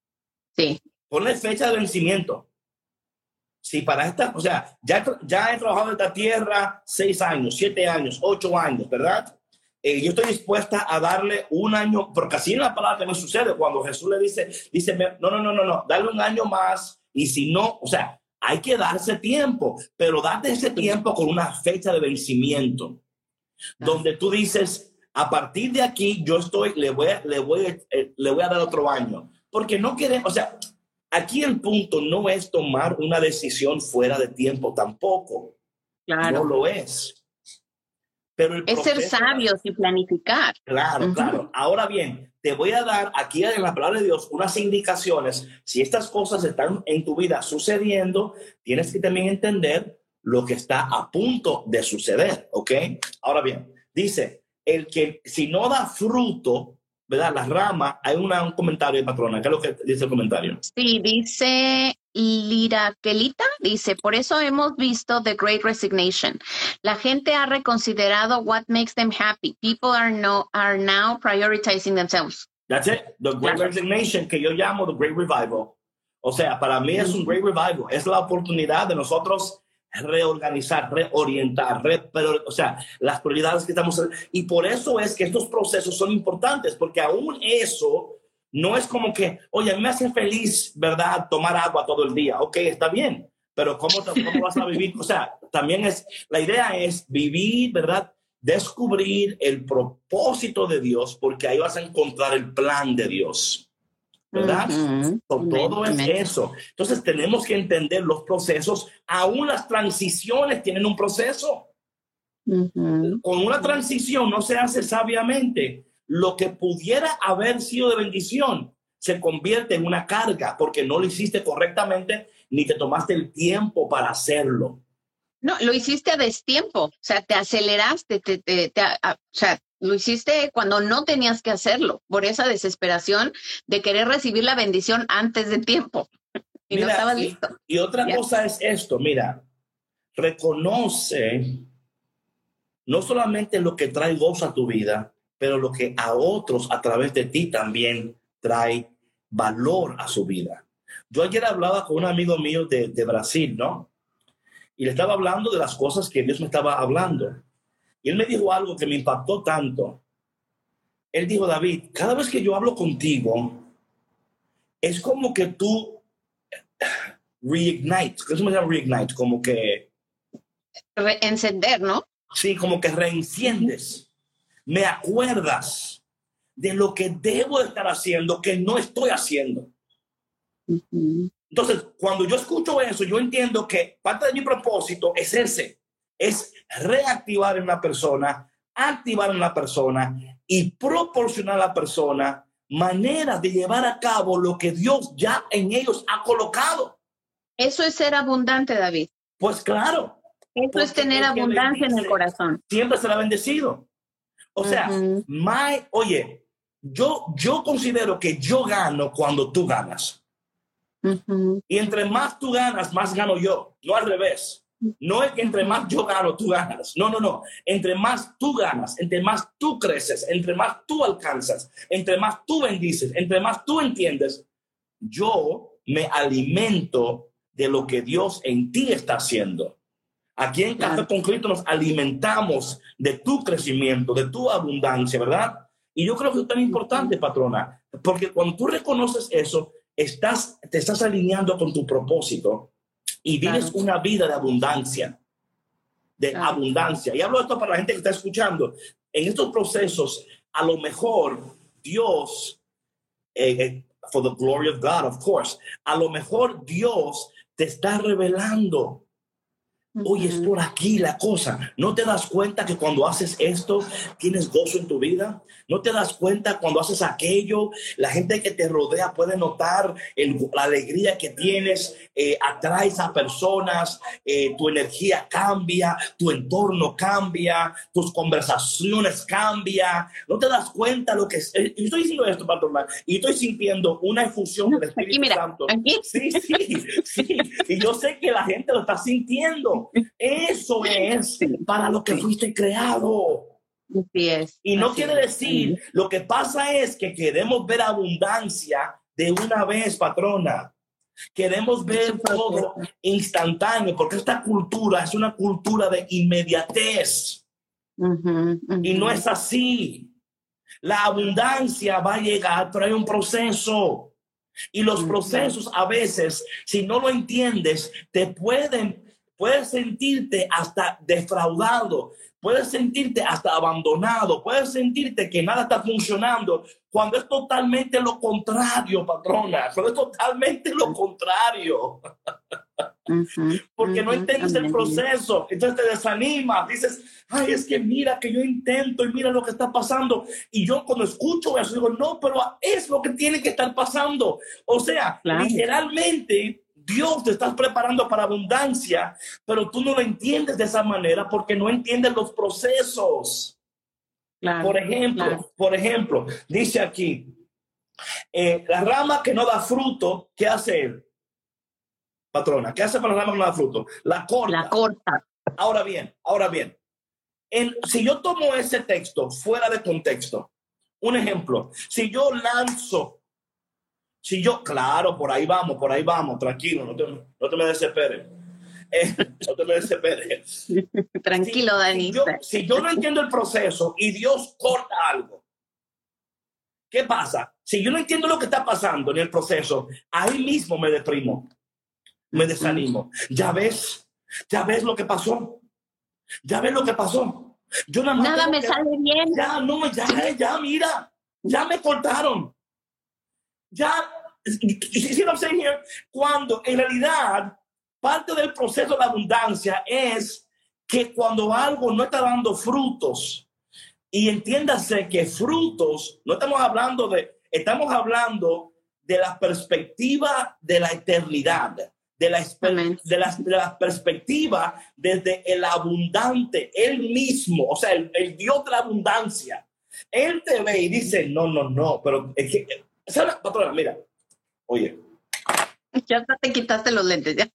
sí, ponle fecha de vencimiento. Si para esta, o sea, ya, ya he trabajado en esta tierra seis años, siete años, ocho años, ¿verdad? Eh, yo estoy dispuesta a darle un año, porque así en la palabra me sucede cuando Jesús le dice, dice, no, no, no, no, no, dale un año más y si no, o sea, hay que darse tiempo, pero date ese tiempo con una fecha de vencimiento, donde tú dices, a partir de aquí yo estoy, le voy a, le voy a, eh, le voy a dar otro año, porque no queremos, o sea, aquí el punto no es tomar una decisión fuera de tiempo tampoco. claro. No lo es. Pero el Es ser proceso- sabios y planificar. Claro, Ujú. claro. Ahora bien, te voy a dar aquí en la palabra de Dios unas indicaciones. Si estas cosas están en tu vida sucediendo, tienes que también entender lo que está a punto de suceder, ¿ok? Ahora bien, dice, el que si no da fruto, ¿verdad? La rama, hay una, un comentario de patrona. ¿Qué es lo que dice el comentario? Sí, dice Liraquelita, dice, por eso hemos visto The Great Resignation. La gente ha reconsiderado what makes them happy. People are, no, are now prioritizing themselves. That's it. The Great Claro. Resignation, que yo llamo The Great Revival. O sea, para mí es un Great Revival. Es la oportunidad de nosotros reorganizar, reorientar, re, pero, o sea, las prioridades que estamos... Y por eso es que estos procesos son importantes, porque aún eso no es como que, oye, me hace feliz, ¿verdad?, tomar agua todo el día. Ok, está bien. pero ¿cómo, cómo vas a vivir? O sea, también es, la idea es vivir, ¿verdad? Descubrir el propósito de Dios, porque ahí vas a encontrar el plan de Dios, ¿verdad? Uh-huh. So, todo Amen. es Amen. eso. Entonces tenemos que entender los procesos, aún las transiciones tienen un proceso. Uh-huh. Con una transición no se hace sabiamente. Lo que pudiera haber sido de bendición se convierte en una carga porque no lo hiciste correctamente ni te tomaste el tiempo para hacerlo. No, lo hiciste a destiempo, o sea, te aceleraste, te, te, te, a, o sea, lo hiciste cuando no tenías que hacerlo, por esa desesperación de querer recibir la bendición antes de tiempo. Y mira, no estabas y, listo. Y otra ¿Ya? cosa es esto, mira, reconoce no solamente lo que trae gozo a tu vida, pero lo que a otros a través de ti también trae valor a su vida. Yo ayer hablaba con un amigo mío de, de Brasil, ¿no? Y le estaba hablando de las cosas que Dios me estaba hablando. Y él me dijo algo que me impactó tanto. Él dijo, David, cada vez que yo hablo contigo, es como que tú reignite. ¿Qué se llama reignite? Como que... Re- encender, ¿no? Sí, como que reenciendes. Me acuerdas de lo que debo de estar haciendo, que no estoy haciendo. Uh-huh. Entonces, cuando yo escucho eso, yo entiendo que parte de mi propósito es ese, es reactivar en la persona, activar en la persona y proporcionar a la persona maneras de llevar a cabo lo que Dios ya en ellos ha colocado. Eso es ser abundante, David. Pues claro. Eso es tener abundancia en el corazón. Siempre será bendecido. O sea, uh-huh. my, oye, yo, yo considero que yo gano cuando tú ganas. Uh-huh. Y entre más tú ganas, más gano yo. No al revés. No es que entre más yo gano, tú ganas. No, no, no. Entre más tú ganas, entre más tú creces, entre más tú alcanzas, entre más tú bendices, entre más tú entiendes, yo me alimento de lo que Dios en ti está haciendo. Aquí en Café con Cristo nos alimentamos de tu crecimiento, de tu abundancia, ¿verdad? Y yo creo que es tan importante, patrona, porque cuando tú reconoces eso, estás, te estás alineando con tu propósito y vives claro. una vida de abundancia, de claro. abundancia. Y hablo esto para la gente que está escuchando. En estos procesos, a lo mejor Dios, eh, eh, for the glory of God, of course, a lo mejor Dios te está revelando. Oye, es por aquí la cosa. ¿No te das cuenta que cuando haces esto tienes gozo en tu vida? ¿No te das cuenta cuando haces aquello? La gente que te rodea puede notar el, la alegría que tienes, eh, atraes a personas, eh, tu energía cambia, tu entorno cambia, tus conversaciones cambian. ¿No te das cuenta lo que es? Eh, yo estoy diciendo esto, patrón, y estoy sintiendo una efusión del Espíritu aquí, mira, Santo. Aquí. Sí, sí, sí. Y yo sé que la gente lo está sintiendo. Eso es para lo que fuiste creado. Así es. Y no así quiere es. decir, lo que pasa es que queremos ver abundancia de una vez, patrona. Queremos ver todo instantáneo, porque esta cultura es una cultura de inmediatez. Uh-huh, uh-huh. Y no es así. La abundancia va a llegar, pero hay un proceso. Y los uh-huh. procesos a veces, si no lo entiendes, te pueden... Puedes sentirte hasta defraudado, puedes sentirte hasta abandonado, puedes sentirte que nada está funcionando, cuando es totalmente lo contrario, patrona, cuando es totalmente lo contrario. Uh-huh, Porque uh-huh, no entiendes uh-huh. el proceso, entonces te desanimas, dices, ay, es que mira que yo intento y mira lo que está pasando. Y yo cuando escucho eso digo, no, pero es lo que tiene que estar pasando. O sea, claro. literalmente... Dios te está preparando para abundancia, pero tú no lo entiendes de esa manera porque no entiendes los procesos. Claro, por ejemplo, claro. por ejemplo, dice aquí, eh, la rama que no da fruto, ¿qué hace él? Patrona, ¿qué hace para la rama que no da fruto? La corta. La corta. Ahora bien, ahora bien, en, si yo tomo ese texto fuera de contexto, un ejemplo, si yo lanzo Si yo, claro, por ahí vamos, por ahí vamos, tranquilo, no te, no te me desesperes. Eh, no te me desesperes. Tranquilo, si, Dani. Si yo, si yo no entiendo el proceso y Dios corta algo, ¿qué pasa? Si yo no entiendo lo que está pasando en el proceso, ahí mismo me deprimo. me desanimo. Ya ves, ya ves lo que pasó. Ya ves lo que pasó. Yo nada, más nada me que, sale bien. Ya, no, ya, ya, mira, ya me cortaron. Ya, you see what I'm saying here? Cuando en realidad parte del proceso de la abundancia es que cuando algo no está dando frutos, y entiéndase que frutos, no estamos hablando de, estamos hablando de la perspectiva de la eternidad, de la, de la, de la perspectiva desde el abundante, él mismo, o sea, el, el Dios de la abundancia. Él te ve y dice, no, no, no, pero es que, ¿sabes, patrona? Mira, oye. Ya te quitaste los lentes, ya.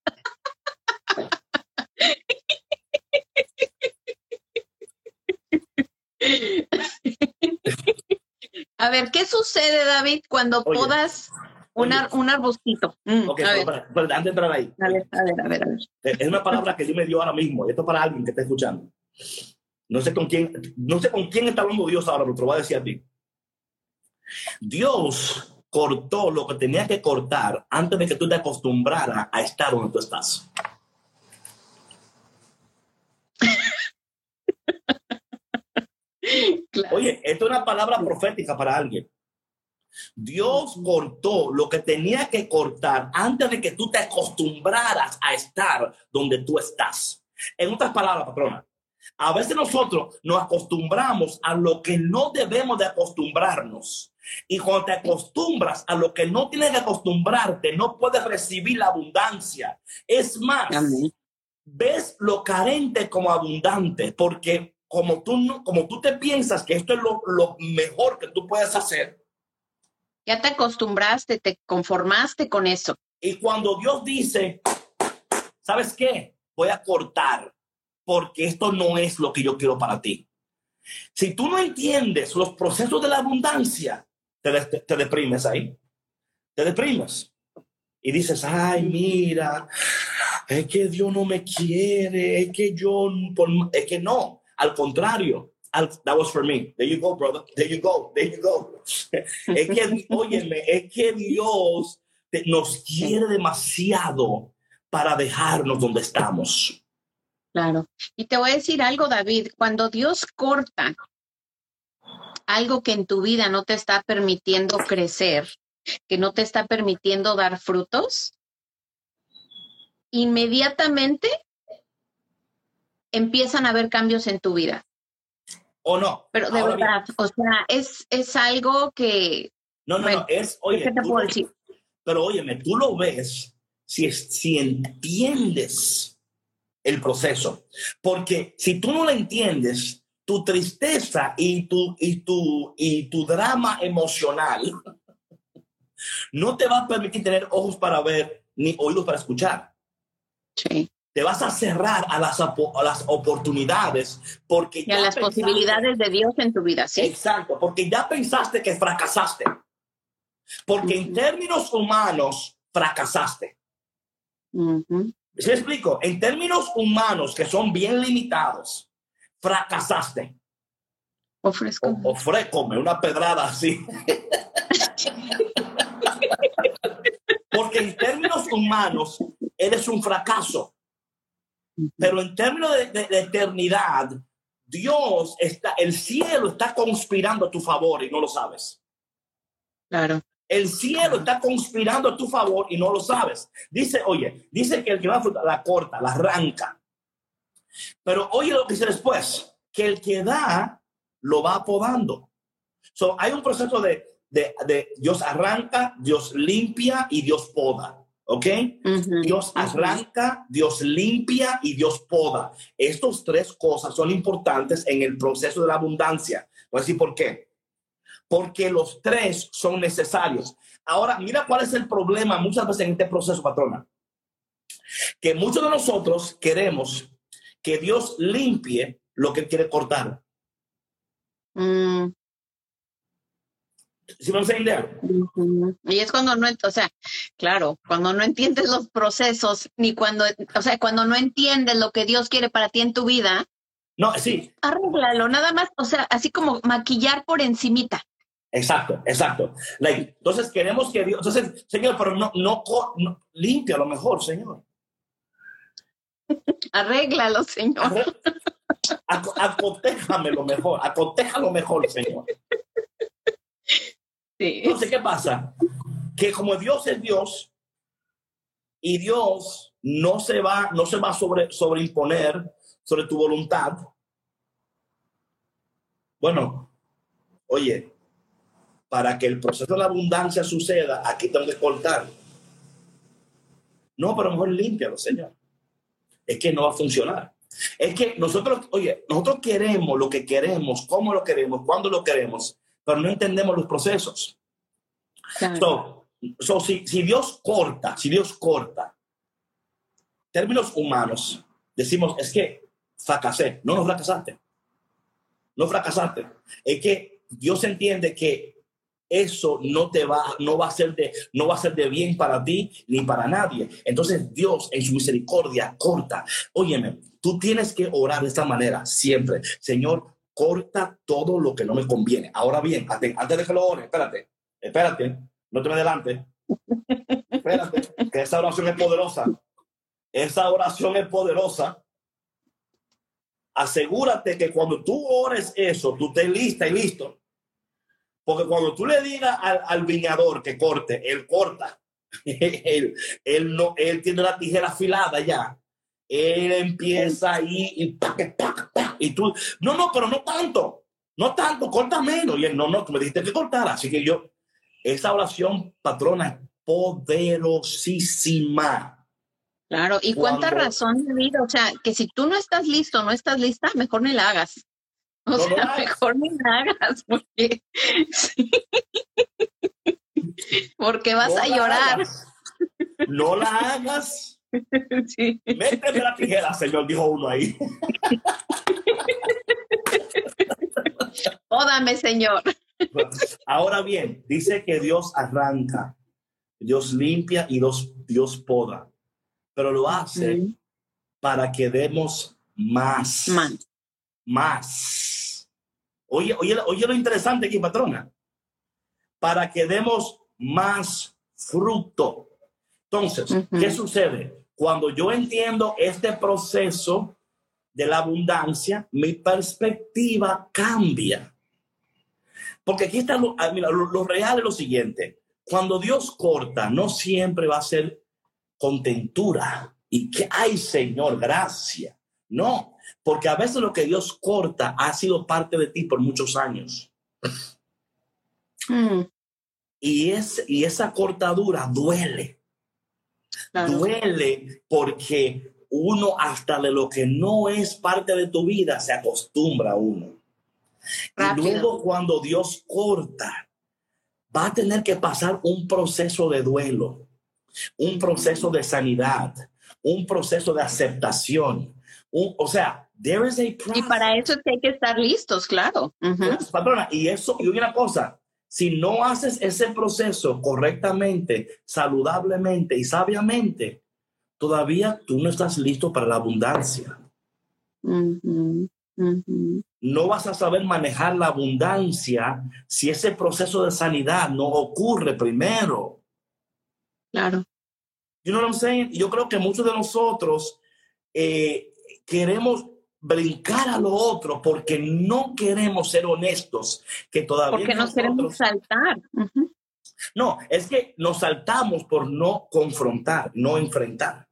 A ver, ¿qué sucede, David, cuando oye, podas una, oye. un arbustito? Mm, ok, pero, pero, pero antes de entrar ahí. A ver, a ver, a ver, a ver. Es una palabra que Dios me dio ahora mismo, y esto es para alguien que está escuchando. No sé con quién, no sé con quién está hablando Dios ahora, pero te lo voy a decir a ti. Dios cortó lo que tenía que cortar antes de que tú te acostumbraras a estar donde tú estás. Claro. Oye, esto es una palabra profética para alguien. Dios cortó lo que tenía que cortar antes de que tú te acostumbraras a estar donde tú estás. En otras palabras, patrona, a veces nosotros nos acostumbramos a lo que no debemos de acostumbrarnos. Y cuando te acostumbras a lo que no tienes que acostumbrarte, no puedes recibir la abundancia. Es más, amén, ves lo carente como abundante, porque como tú, no, como tú te piensas que esto es lo, lo mejor que tú puedes hacer. Ya te acostumbraste, te conformaste con eso. Y cuando Dios dice, ¿sabes qué? Voy a cortar, porque esto no es lo que yo quiero para ti. Si tú no entiendes los procesos de la abundancia, te, te, te deprimes ahí. Te deprimes. Y dices, ay, mira, es que Dios no me quiere, es que yo, es que no. Al contrario, al, that was for me. There you go, brother. There you go. There you go. Es que, óyeme, es que Dios te, nos quiere demasiado para dejarnos donde estamos. Claro. Y te voy a decir algo, David. Cuando Dios corta algo que en tu vida no te está permitiendo crecer, que no te está permitiendo dar frutos, inmediatamente empiezan a haber cambios en tu vida. ¿O no? Pero de Ahora verdad, bien. o sea, es, es algo que... No, no, bueno, no, es... Oye, ¿qué te puedo lo, decir? Pero óyeme, tú lo ves si, si entiendes el proceso. Porque si tú no lo entiendes, tu tristeza y tu, y tu, y tu drama emocional no te va a permitir tener ojos para ver ni oídos para escuchar. Sí. Te vas a cerrar a las, a las oportunidades porque y a las pensaste, posibilidades de Dios en tu vida, ¿sí? Exacto, porque ya pensaste que fracasaste. Porque uh-huh. en términos humanos fracasaste. Uh-huh. ¿Sí me explico? En términos humanos que son bien limitados, fracasaste. Ofrezco. O, ofrécome una pedrada así. Porque en términos humanos eres un fracaso. Pero en términos de, de, de eternidad, Dios está, el cielo está conspirando a tu favor y no lo sabes. Claro. El cielo está conspirando a tu favor y no lo sabes. Dice, oye, dice que el que va a frutar la corta, la arranca. Pero oye lo que dice después, que el que da lo va podando. So, hay un proceso de, de, de Dios arranca, Dios limpia y Dios poda. ¿Ok? Uh-huh. Dios arranca, Dios limpia y Dios poda. Estas tres cosas son importantes en el proceso de la abundancia. Voy a decir por qué. Porque los tres son necesarios. Ahora, mira cuál es el problema muchas veces en este proceso, patrona. Que muchos de nosotros queremos que Dios limpie lo que Él quiere cortar. Mm. ¿Sí me entiendes? Uh-huh. Y es cuando no, o sea, claro, cuando no entiendes los procesos, ni cuando, o sea, cuando no entiendes lo que Dios quiere para ti en tu vida. No, sí. Arréglalo, nada más, o sea, así como maquillar por encimita. Exacto, exacto. Like, entonces queremos que Dios, entonces, Señor, pero no, no, no limpia lo mejor, Señor. Arréglalo, Señor. Arre, ac, acotéjame lo mejor, acoteja lo mejor, Señor. Sí. Entonces, ¿qué pasa? Que como Dios es Dios y Dios no se va, no se va a sobre, sobreimponer sobre tu voluntad. Bueno, oye, para que el proceso de la abundancia suceda, aquí tengo que cortar. No, pero mejor límpialo, Señor. Es que no va a funcionar. Es que nosotros, oye, nosotros queremos lo que queremos, cómo lo queremos, cuándo lo queremos, pero no entendemos los procesos. Claro. So, so si, si Dios corta, si Dios corta, términos humanos, decimos, es que fracasé. No, no fracasaste. No fracasaste. Es que Dios entiende que eso no te va, no va a ser de, no va a ser de bien para ti ni para nadie. Entonces Dios en su misericordia corta. Óyeme, tú tienes que orar de esta manera siempre. Señor, corta todo lo que no me conviene. Ahora bien, antes de que lo ore, espérate, espérate, no te me adelante. Espérate, que esa oración es poderosa. Esa oración es poderosa. Asegúrate que cuando tú ores eso, tú estés lista y listo. Porque cuando tú le digas al, al viñador que corte, él corta. él, él, no, él tiene la tijera afilada ya. Él empieza ahí y, y, y tú, no, no, pero no tanto. No tanto, corta menos. Y él, no, no, tú me dijiste que cortara. Así que yo, esa oración, patrona, es poderosísima. Claro, y cuánta Cuando, razón de vida. O sea, que si tú no estás listo, no estás lista, mejor ni la hagas. O no, sea, no mejor ni la hagas, porque, sí. porque vas no a llorar. Hagas. No la hagas. Sí. Méteme la tijera, Señor, dijo uno ahí. Pódame, Señor. Ahora bien, dice que Dios arranca, Dios limpia y Dios, Dios poda, pero lo hace uh-huh. para que demos más. Más. Más. Oye, oye, oye lo interesante aquí, patrona. Para que demos más fruto. Entonces, uh-huh. ¿qué sucede? Cuando yo entiendo este proceso de la abundancia, mi perspectiva cambia. Porque aquí está lo, mira, lo, lo real es lo siguiente. Cuando Dios corta, no siempre va a ser contentura. Y que, ay, Señor, gracias. No, porque a veces lo que Dios corta ha sido parte de ti por muchos años. Mm. Y, es, y esa cortadura duele. Claro. Duele porque uno hasta de lo que no es parte de tu vida se acostumbra a uno. Rápido. Y luego cuando Dios corta, va a tener que pasar un proceso de duelo, un proceso de sanidad, un proceso de aceptación. Un, o sea, there is a process. Y para eso hay que estar listos, claro. Uh-huh. Patrona, y eso, y una cosa, si no haces ese proceso correctamente, saludablemente y sabiamente, todavía tú no estás listo para la abundancia. Uh-huh. Uh-huh. No vas a saber manejar la abundancia si ese proceso de sanidad no ocurre primero. Claro. You know what I'm saying? Yo creo que muchos de nosotros eh, queremos brincar a lo otro porque no queremos ser honestos, que todavía porque nos nosotros, queremos saltar. Uh-huh. No, es que nos saltamos por no confrontar, no enfrentar.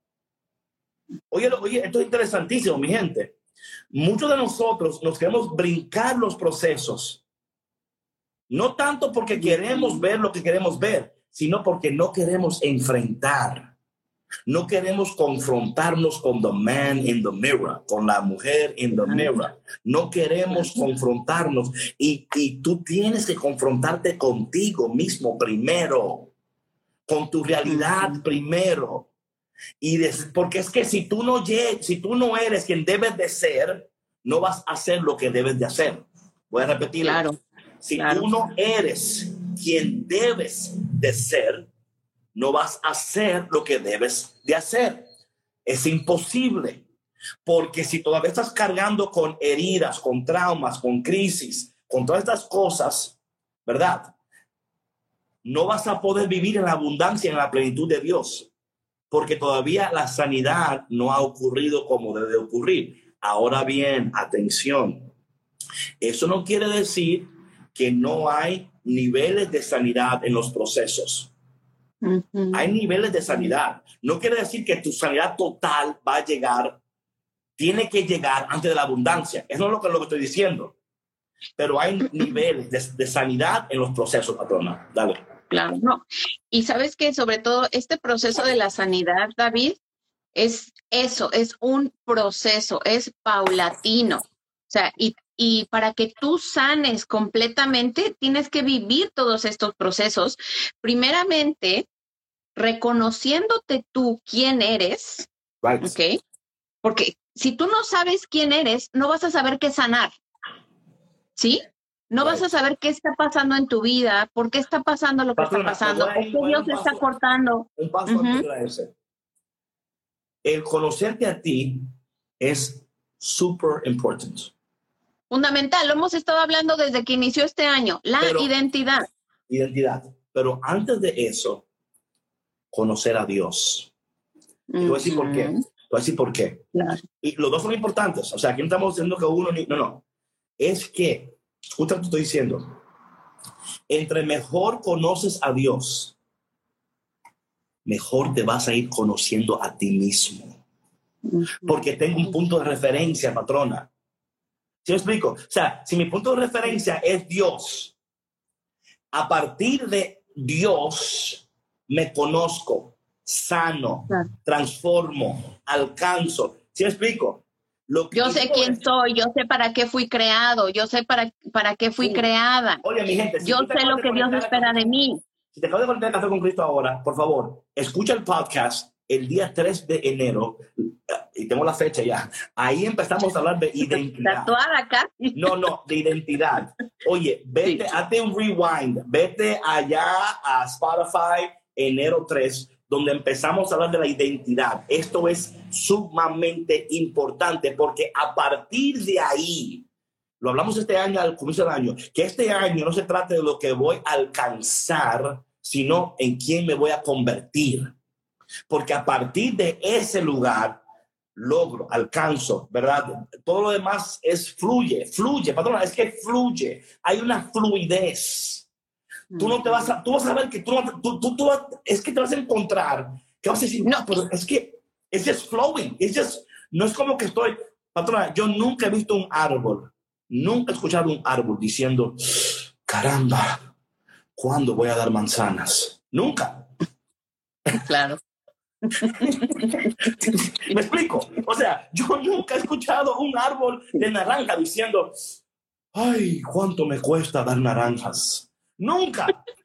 Oye, oye, esto es interesantísimo, mi gente. Muchos de nosotros nos queremos brincar los procesos, no tanto porque queremos ver lo que queremos ver, sino porque no queremos enfrentar. No queremos confrontarnos con the man in the mirror, con la mujer in the mirror. No queremos confrontarnos y, y tú tienes que confrontarte contigo mismo primero, con tu realidad uh-huh. primero. Y des, porque es que si tú no llegas, si tú no eres quien debes de ser, no vas a hacer lo que debes de hacer. Voy a repetirlo. Claro, si claro. tú no eres quien debes de ser, no vas a hacer lo que debes de hacer. Es imposible. Porque si todavía estás cargando con heridas, con traumas, con crisis, con todas estas cosas, ¿verdad? No vas a poder vivir en la abundancia, en la plenitud de Dios, porque todavía la sanidad no ha ocurrido como debe ocurrir. Ahora bien, atención, eso no quiere decir que no hay niveles de sanidad en los procesos. Uh-huh. Hay niveles de sanidad. No quiere decir que tu sanidad total va a llegar, tiene que llegar antes de la abundancia. Eso no es lo que, lo que estoy diciendo. Pero hay niveles de, de sanidad en los procesos, patrona. Dale. Claro, no. Y sabes que sobre todo este proceso de la sanidad, David, es eso, es un proceso, es paulatino. O sea, y, y para que tú sanes completamente, tienes que vivir todos estos procesos. Primeramente, reconociéndote tú quién eres, right. ¿ok? Porque si tú no sabes quién eres, no vas a saber qué sanar, ¿sí? No right. vas a saber qué está pasando en tu vida, por qué está pasando lo que Patrona, está pasando, por qué Dios paso, está cortando. Un paso uh-huh. antes de ese. El conocerte a ti es super important. Fundamental, lo hemos estado hablando desde que inició este año, la Pero, identidad. Identidad. Pero antes de eso, conocer a Dios. Uh-huh. Y voy a decir por qué. Voy a decir por qué. Claro. Y los dos son importantes. O sea, aquí no estamos diciendo que uno ni... No, no. Es que, escucha lo que estoy diciendo. Entre mejor conoces a Dios, mejor te vas a ir conociendo a ti mismo. Uh-huh. Porque tengo un punto de referencia, patrona. ¿Sí me explico? O sea, si mi punto de referencia es Dios, a partir de Dios me conozco, sano, claro. transformo, alcanzo. ¿Sí me explico? Lo que yo sé quién es... soy, yo sé para qué fui creado, yo sé para, para qué fui uh, creada. Oye, mi gente, si yo sé lo que Dios espera de mí. Si te acabas de conectar Café con Cristo ahora, por favor, escucha el podcast el día tres de enero, y tengo la fecha ya. Ahí empezamos a hablar de identidad. Tatuada acá. No, no, de identidad. Oye, vete, sí. hazte un rewind, vete allá a Spotify, enero tres, donde empezamos a hablar de la identidad. Esto es sumamente importante porque a partir de ahí, lo hablamos este año, al comienzo del año, que este año no se trate de lo que voy a alcanzar, sino en quién me voy a convertir. Porque a partir de ese lugar, logro, alcanzo, ¿verdad? Todo lo demás es fluye, fluye, patrona, es que fluye. Hay una fluidez. Tú no te vas a, tú vas a ver que tú, tú, tú, tú es que te vas a encontrar, que vas a decir, no, pero es que es just flowing, es just, no es como que estoy, patrona, yo nunca he visto un árbol, nunca he escuchado un árbol diciendo, caramba, ¿cuándo voy a dar manzanas? Nunca. Claro. ¿Me explico? O sea, yo nunca he escuchado un árbol de naranja diciendo, ay, ¿cuánto me cuesta dar naranjas? Nunca.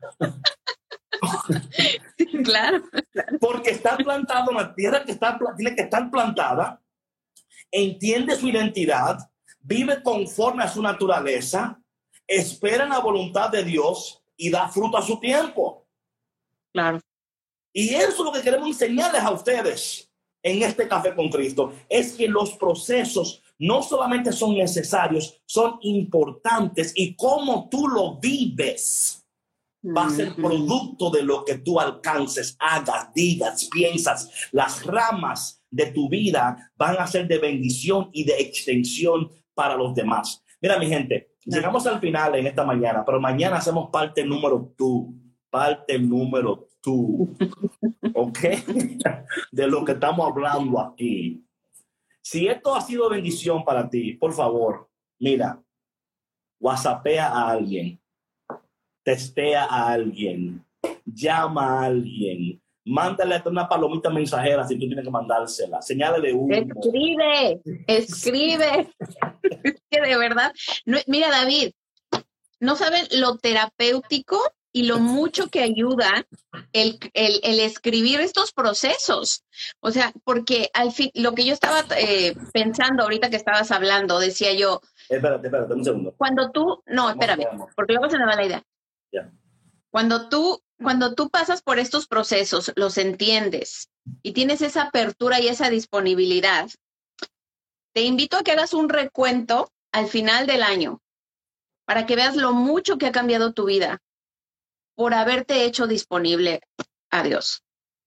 Claro, claro. Porque está plantado en la tierra que está, tiene que estar plantada, entiende su identidad, vive conforme a su naturaleza, espera en la voluntad de Dios y da fruto a su tiempo. Claro. Y eso es lo que queremos enseñarles a ustedes en este Café con Cristo, es que los procesos no solamente son necesarios, son importantes y cómo tú lo vives va a ser producto de lo que tú alcances, hagas, digas, piensas. Las ramas de tu vida van a ser de bendición y de extensión para los demás. Mira, mi gente, llegamos al final en esta mañana, pero mañana hacemos parte número dos, parte número dos, ¿ok? De lo que estamos hablando aquí. Si esto ha sido bendición para ti, por favor, mira, whatsappea a alguien, testea a alguien, llama a alguien, mándale una palomita mensajera si tú tienes que mandársela, señálale uno. Escribe, escribe. Es que de verdad, no, mira, David, no saben lo terapéutico y lo mucho que ayuda el, el, el escribir estos procesos. O sea, porque al fin, lo que yo estaba eh, pensando ahorita que estabas hablando, decía yo... Espérate, espérate, un segundo. Cuando tú... No, espérame, porque luego se me va la idea. Ya. Cuando tú, cuando tú pasas por estos procesos, los entiendes y tienes esa apertura y esa disponibilidad, te invito a que hagas un recuento al final del año. para que veas lo mucho que ha cambiado tu vida por haberte hecho disponible a Dios.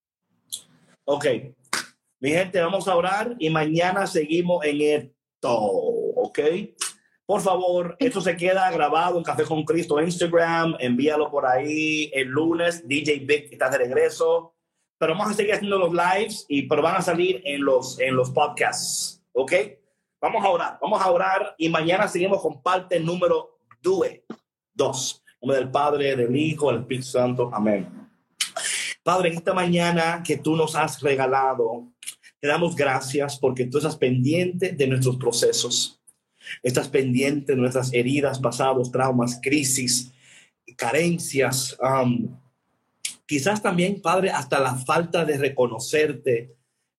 Ok, mi gente, vamos a orar y mañana seguimos en esto, ¿ok? Por favor, esto se queda grabado en Café con Cristo Instagram, envíalo por ahí el lunes, D J Vic está de regreso, pero vamos a seguir haciendo los lives, y, pero van a salir en los, en los podcasts, ¿ok? Vamos a orar, vamos a orar y mañana seguimos con parte número dos. En nombre del Padre, del Hijo, del Espíritu Santo, amén. Padre, en esta mañana que tú nos has regalado, te damos gracias porque tú estás pendiente de nuestros procesos. Estás pendiente de nuestras heridas, pasados, traumas, crisis, carencias. Um, quizás también, Padre, hasta la falta de reconocerte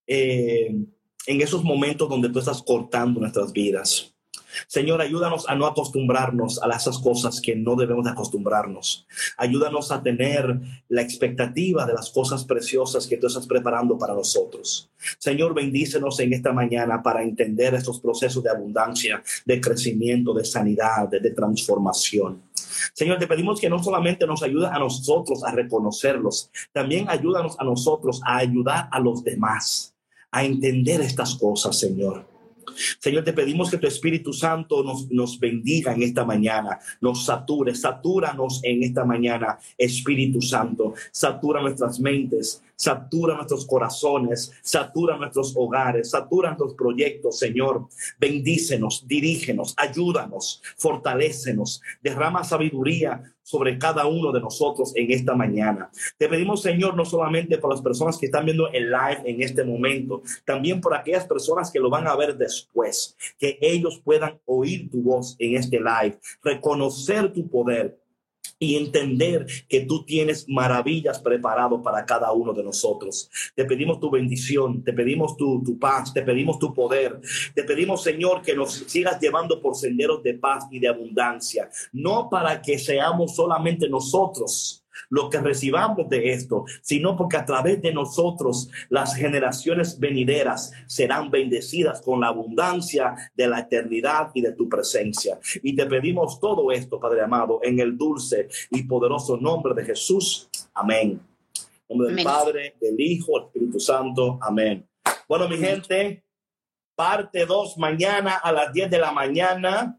eh, en esos momentos donde tú estás cortando nuestras vidas. Señor, ayúdanos a no acostumbrarnos a esas cosas que no debemos de acostumbrarnos. Ayúdanos a tener la expectativa de las cosas preciosas que tú estás preparando para nosotros. Señor, bendícenos en esta mañana para entender estos procesos de abundancia, de crecimiento, de sanidad, de, de transformación. Señor, te pedimos que no solamente nos ayudes a nosotros a reconocerlos, también ayúdanos a nosotros a ayudar a los demás a entender estas cosas, Señor. Señor, te pedimos que tu Espíritu Santo nos, nos bendiga en esta mañana, nos sature, satúranos en esta mañana, Espíritu Santo, satura nuestras mentes, satura nuestros corazones, satura nuestros hogares, satura nuestros proyectos, Señor. Bendícenos, dirígenos, ayúdanos, fortalécenos, derrama sabiduría sobre cada uno de nosotros en esta mañana. Te pedimos, Señor, no solamente por las personas que están viendo el live en este momento, también por aquellas personas que lo van a ver después, que ellos puedan oír tu voz en este live, reconocer tu poder y entender que tú tienes maravillas preparadas para cada uno de nosotros. Te pedimos tu bendición, te pedimos tu, tu paz, te pedimos tu poder. Te pedimos, Señor, que nos sigas llevando por senderos de paz y de abundancia, no para que seamos solamente nosotros los que recibamos de esto, sino porque a través de nosotros las generaciones venideras serán bendecidas con la abundancia de la eternidad y de tu presencia. Y te pedimos todo esto, Padre amado, en el dulce y poderoso nombre de Jesús. Amén. En nombre del Padre, del Hijo, del Espíritu Santo. Amén. Bueno, mi gente, parte dos mañana a las diez de la mañana.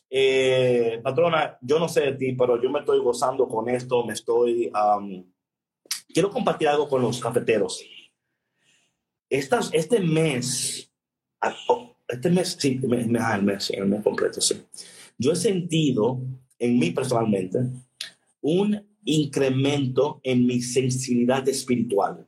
Eh, patrona, yo no sé de ti, pero yo me estoy gozando con esto. Me estoy um, quiero compartir algo con los cafeteros. Estas, este mes este mes sí, el mes, el mes, el mes completo, sí. Yo he sentido en mí personalmente un incremento en mi sensibilidad espiritual.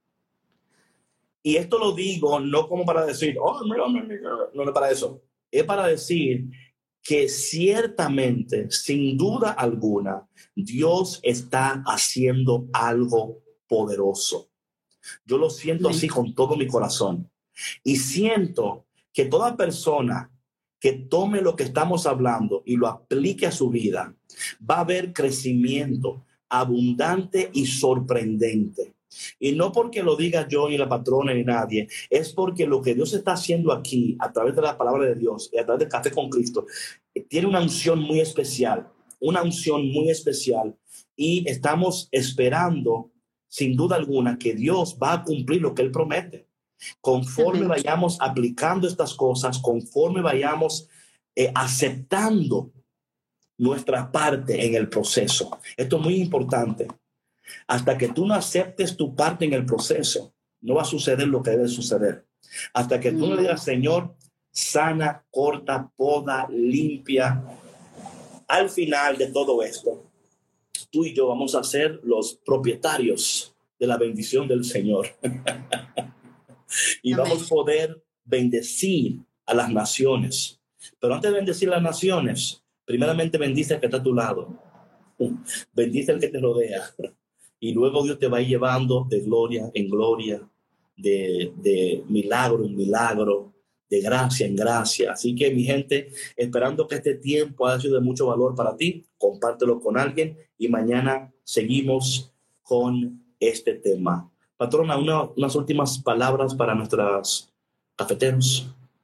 Y esto lo digo no como para decir, oh, mira, mira, mira. No es para eso. Es para decir que ciertamente, sin duda alguna, Dios está haciendo algo poderoso. Yo lo siento así con todo mi corazón. Y siento que toda persona que tome lo que estamos hablando y lo aplique a su vida, va a haber crecimiento abundante y sorprendente. Y no porque lo diga yo ni la patrona ni nadie, es porque lo que Dios está haciendo aquí a través de la palabra de Dios y a través del Café con Cristo tiene una unción muy especial, una unción muy especial, y estamos esperando sin duda alguna que Dios va a cumplir lo que Él promete. Conforme Amén. Vayamos aplicando estas cosas, conforme vayamos eh, aceptando nuestra parte en el proceso. Esto es muy importante. Hasta que tú no aceptes tu parte en el proceso, no va a suceder lo que debe suceder. Hasta que tú no le digas, Señor, sana, corta, poda, limpia. Al final de todo esto, tú y yo vamos a ser los propietarios de la bendición del Señor. Y Amén. Vamos a poder bendecir a las naciones. Pero antes de bendecir a las naciones, primeramente bendice al que está a tu lado. Bendice al que te rodea. Y luego Dios te va a ir llevando de gloria en gloria, de, de milagro en milagro, de gracia en gracia. Así que, mi gente, esperando que este tiempo haya sido de mucho valor para ti, compártelo con alguien y mañana seguimos con este tema. Patrona, una, unas últimas palabras para nuestros cafeteros.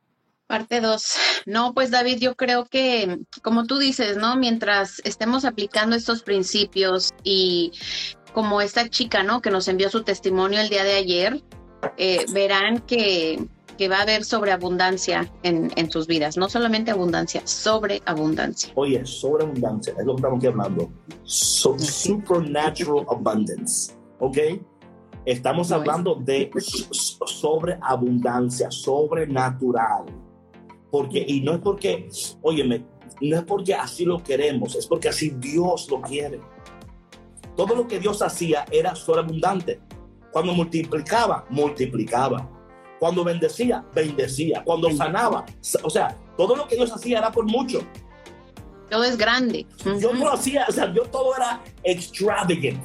Parte dos. No, pues David, yo creo que, como tú dices, ¿no? Mientras estemos aplicando estos principios y como esta chica, ¿no? Que nos envió su testimonio el día de ayer, eh, verán que, que va a haber sobreabundancia en, en sus vidas. No solamente abundancia, sobreabundancia. Oye, sobreabundancia, es lo que estamos aquí hablando. So, supernatural abundance, ¿ok? Estamos hablando de sobreabundancia, sobrenatural. Porque, y no es porque, óyeme, no es porque así lo queremos, es porque así Dios lo quiere. Todo lo que Dios hacía era sobreabundante. Cuando multiplicaba, multiplicaba. Cuando bendecía, bendecía. Cuando sanaba, o sea, todo lo que Dios hacía era por mucho. Todo es grande. Yo no lo hacía, o sea, yo todo era extravagant.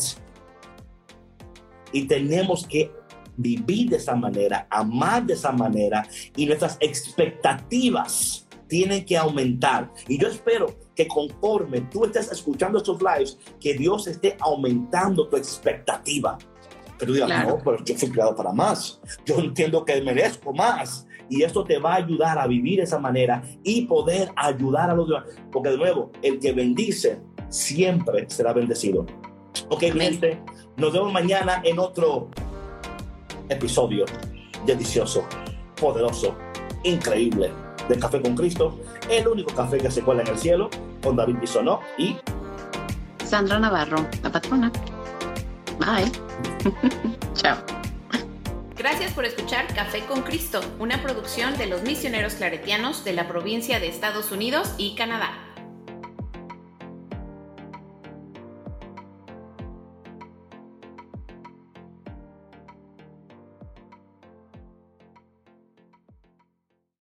Y tenemos que vivir de esa manera, amar de esa manera, y nuestras expectativas tienen que aumentar. Y yo espero que conforme tú estés escuchando estos lives, que Dios esté aumentando tu expectativa. Que tú digas, claro, no, pero yo fui creado para más. Yo entiendo que merezco más. Y esto te va a ayudar a vivir de esa manera y poder ayudar a los demás. Porque de nuevo, el que bendice siempre será bendecido. Ok, gente, nos vemos mañana en otro episodio delicioso, poderoso, increíble de Café con Cristo, el único café que se cuela en el cielo, con David Bisonó y Sandra Navarro, la patrona. Bye. Chao. Gracias por escuchar Café con Cristo, una producción de los misioneros claretianos de la provincia de Estados Unidos y Canadá.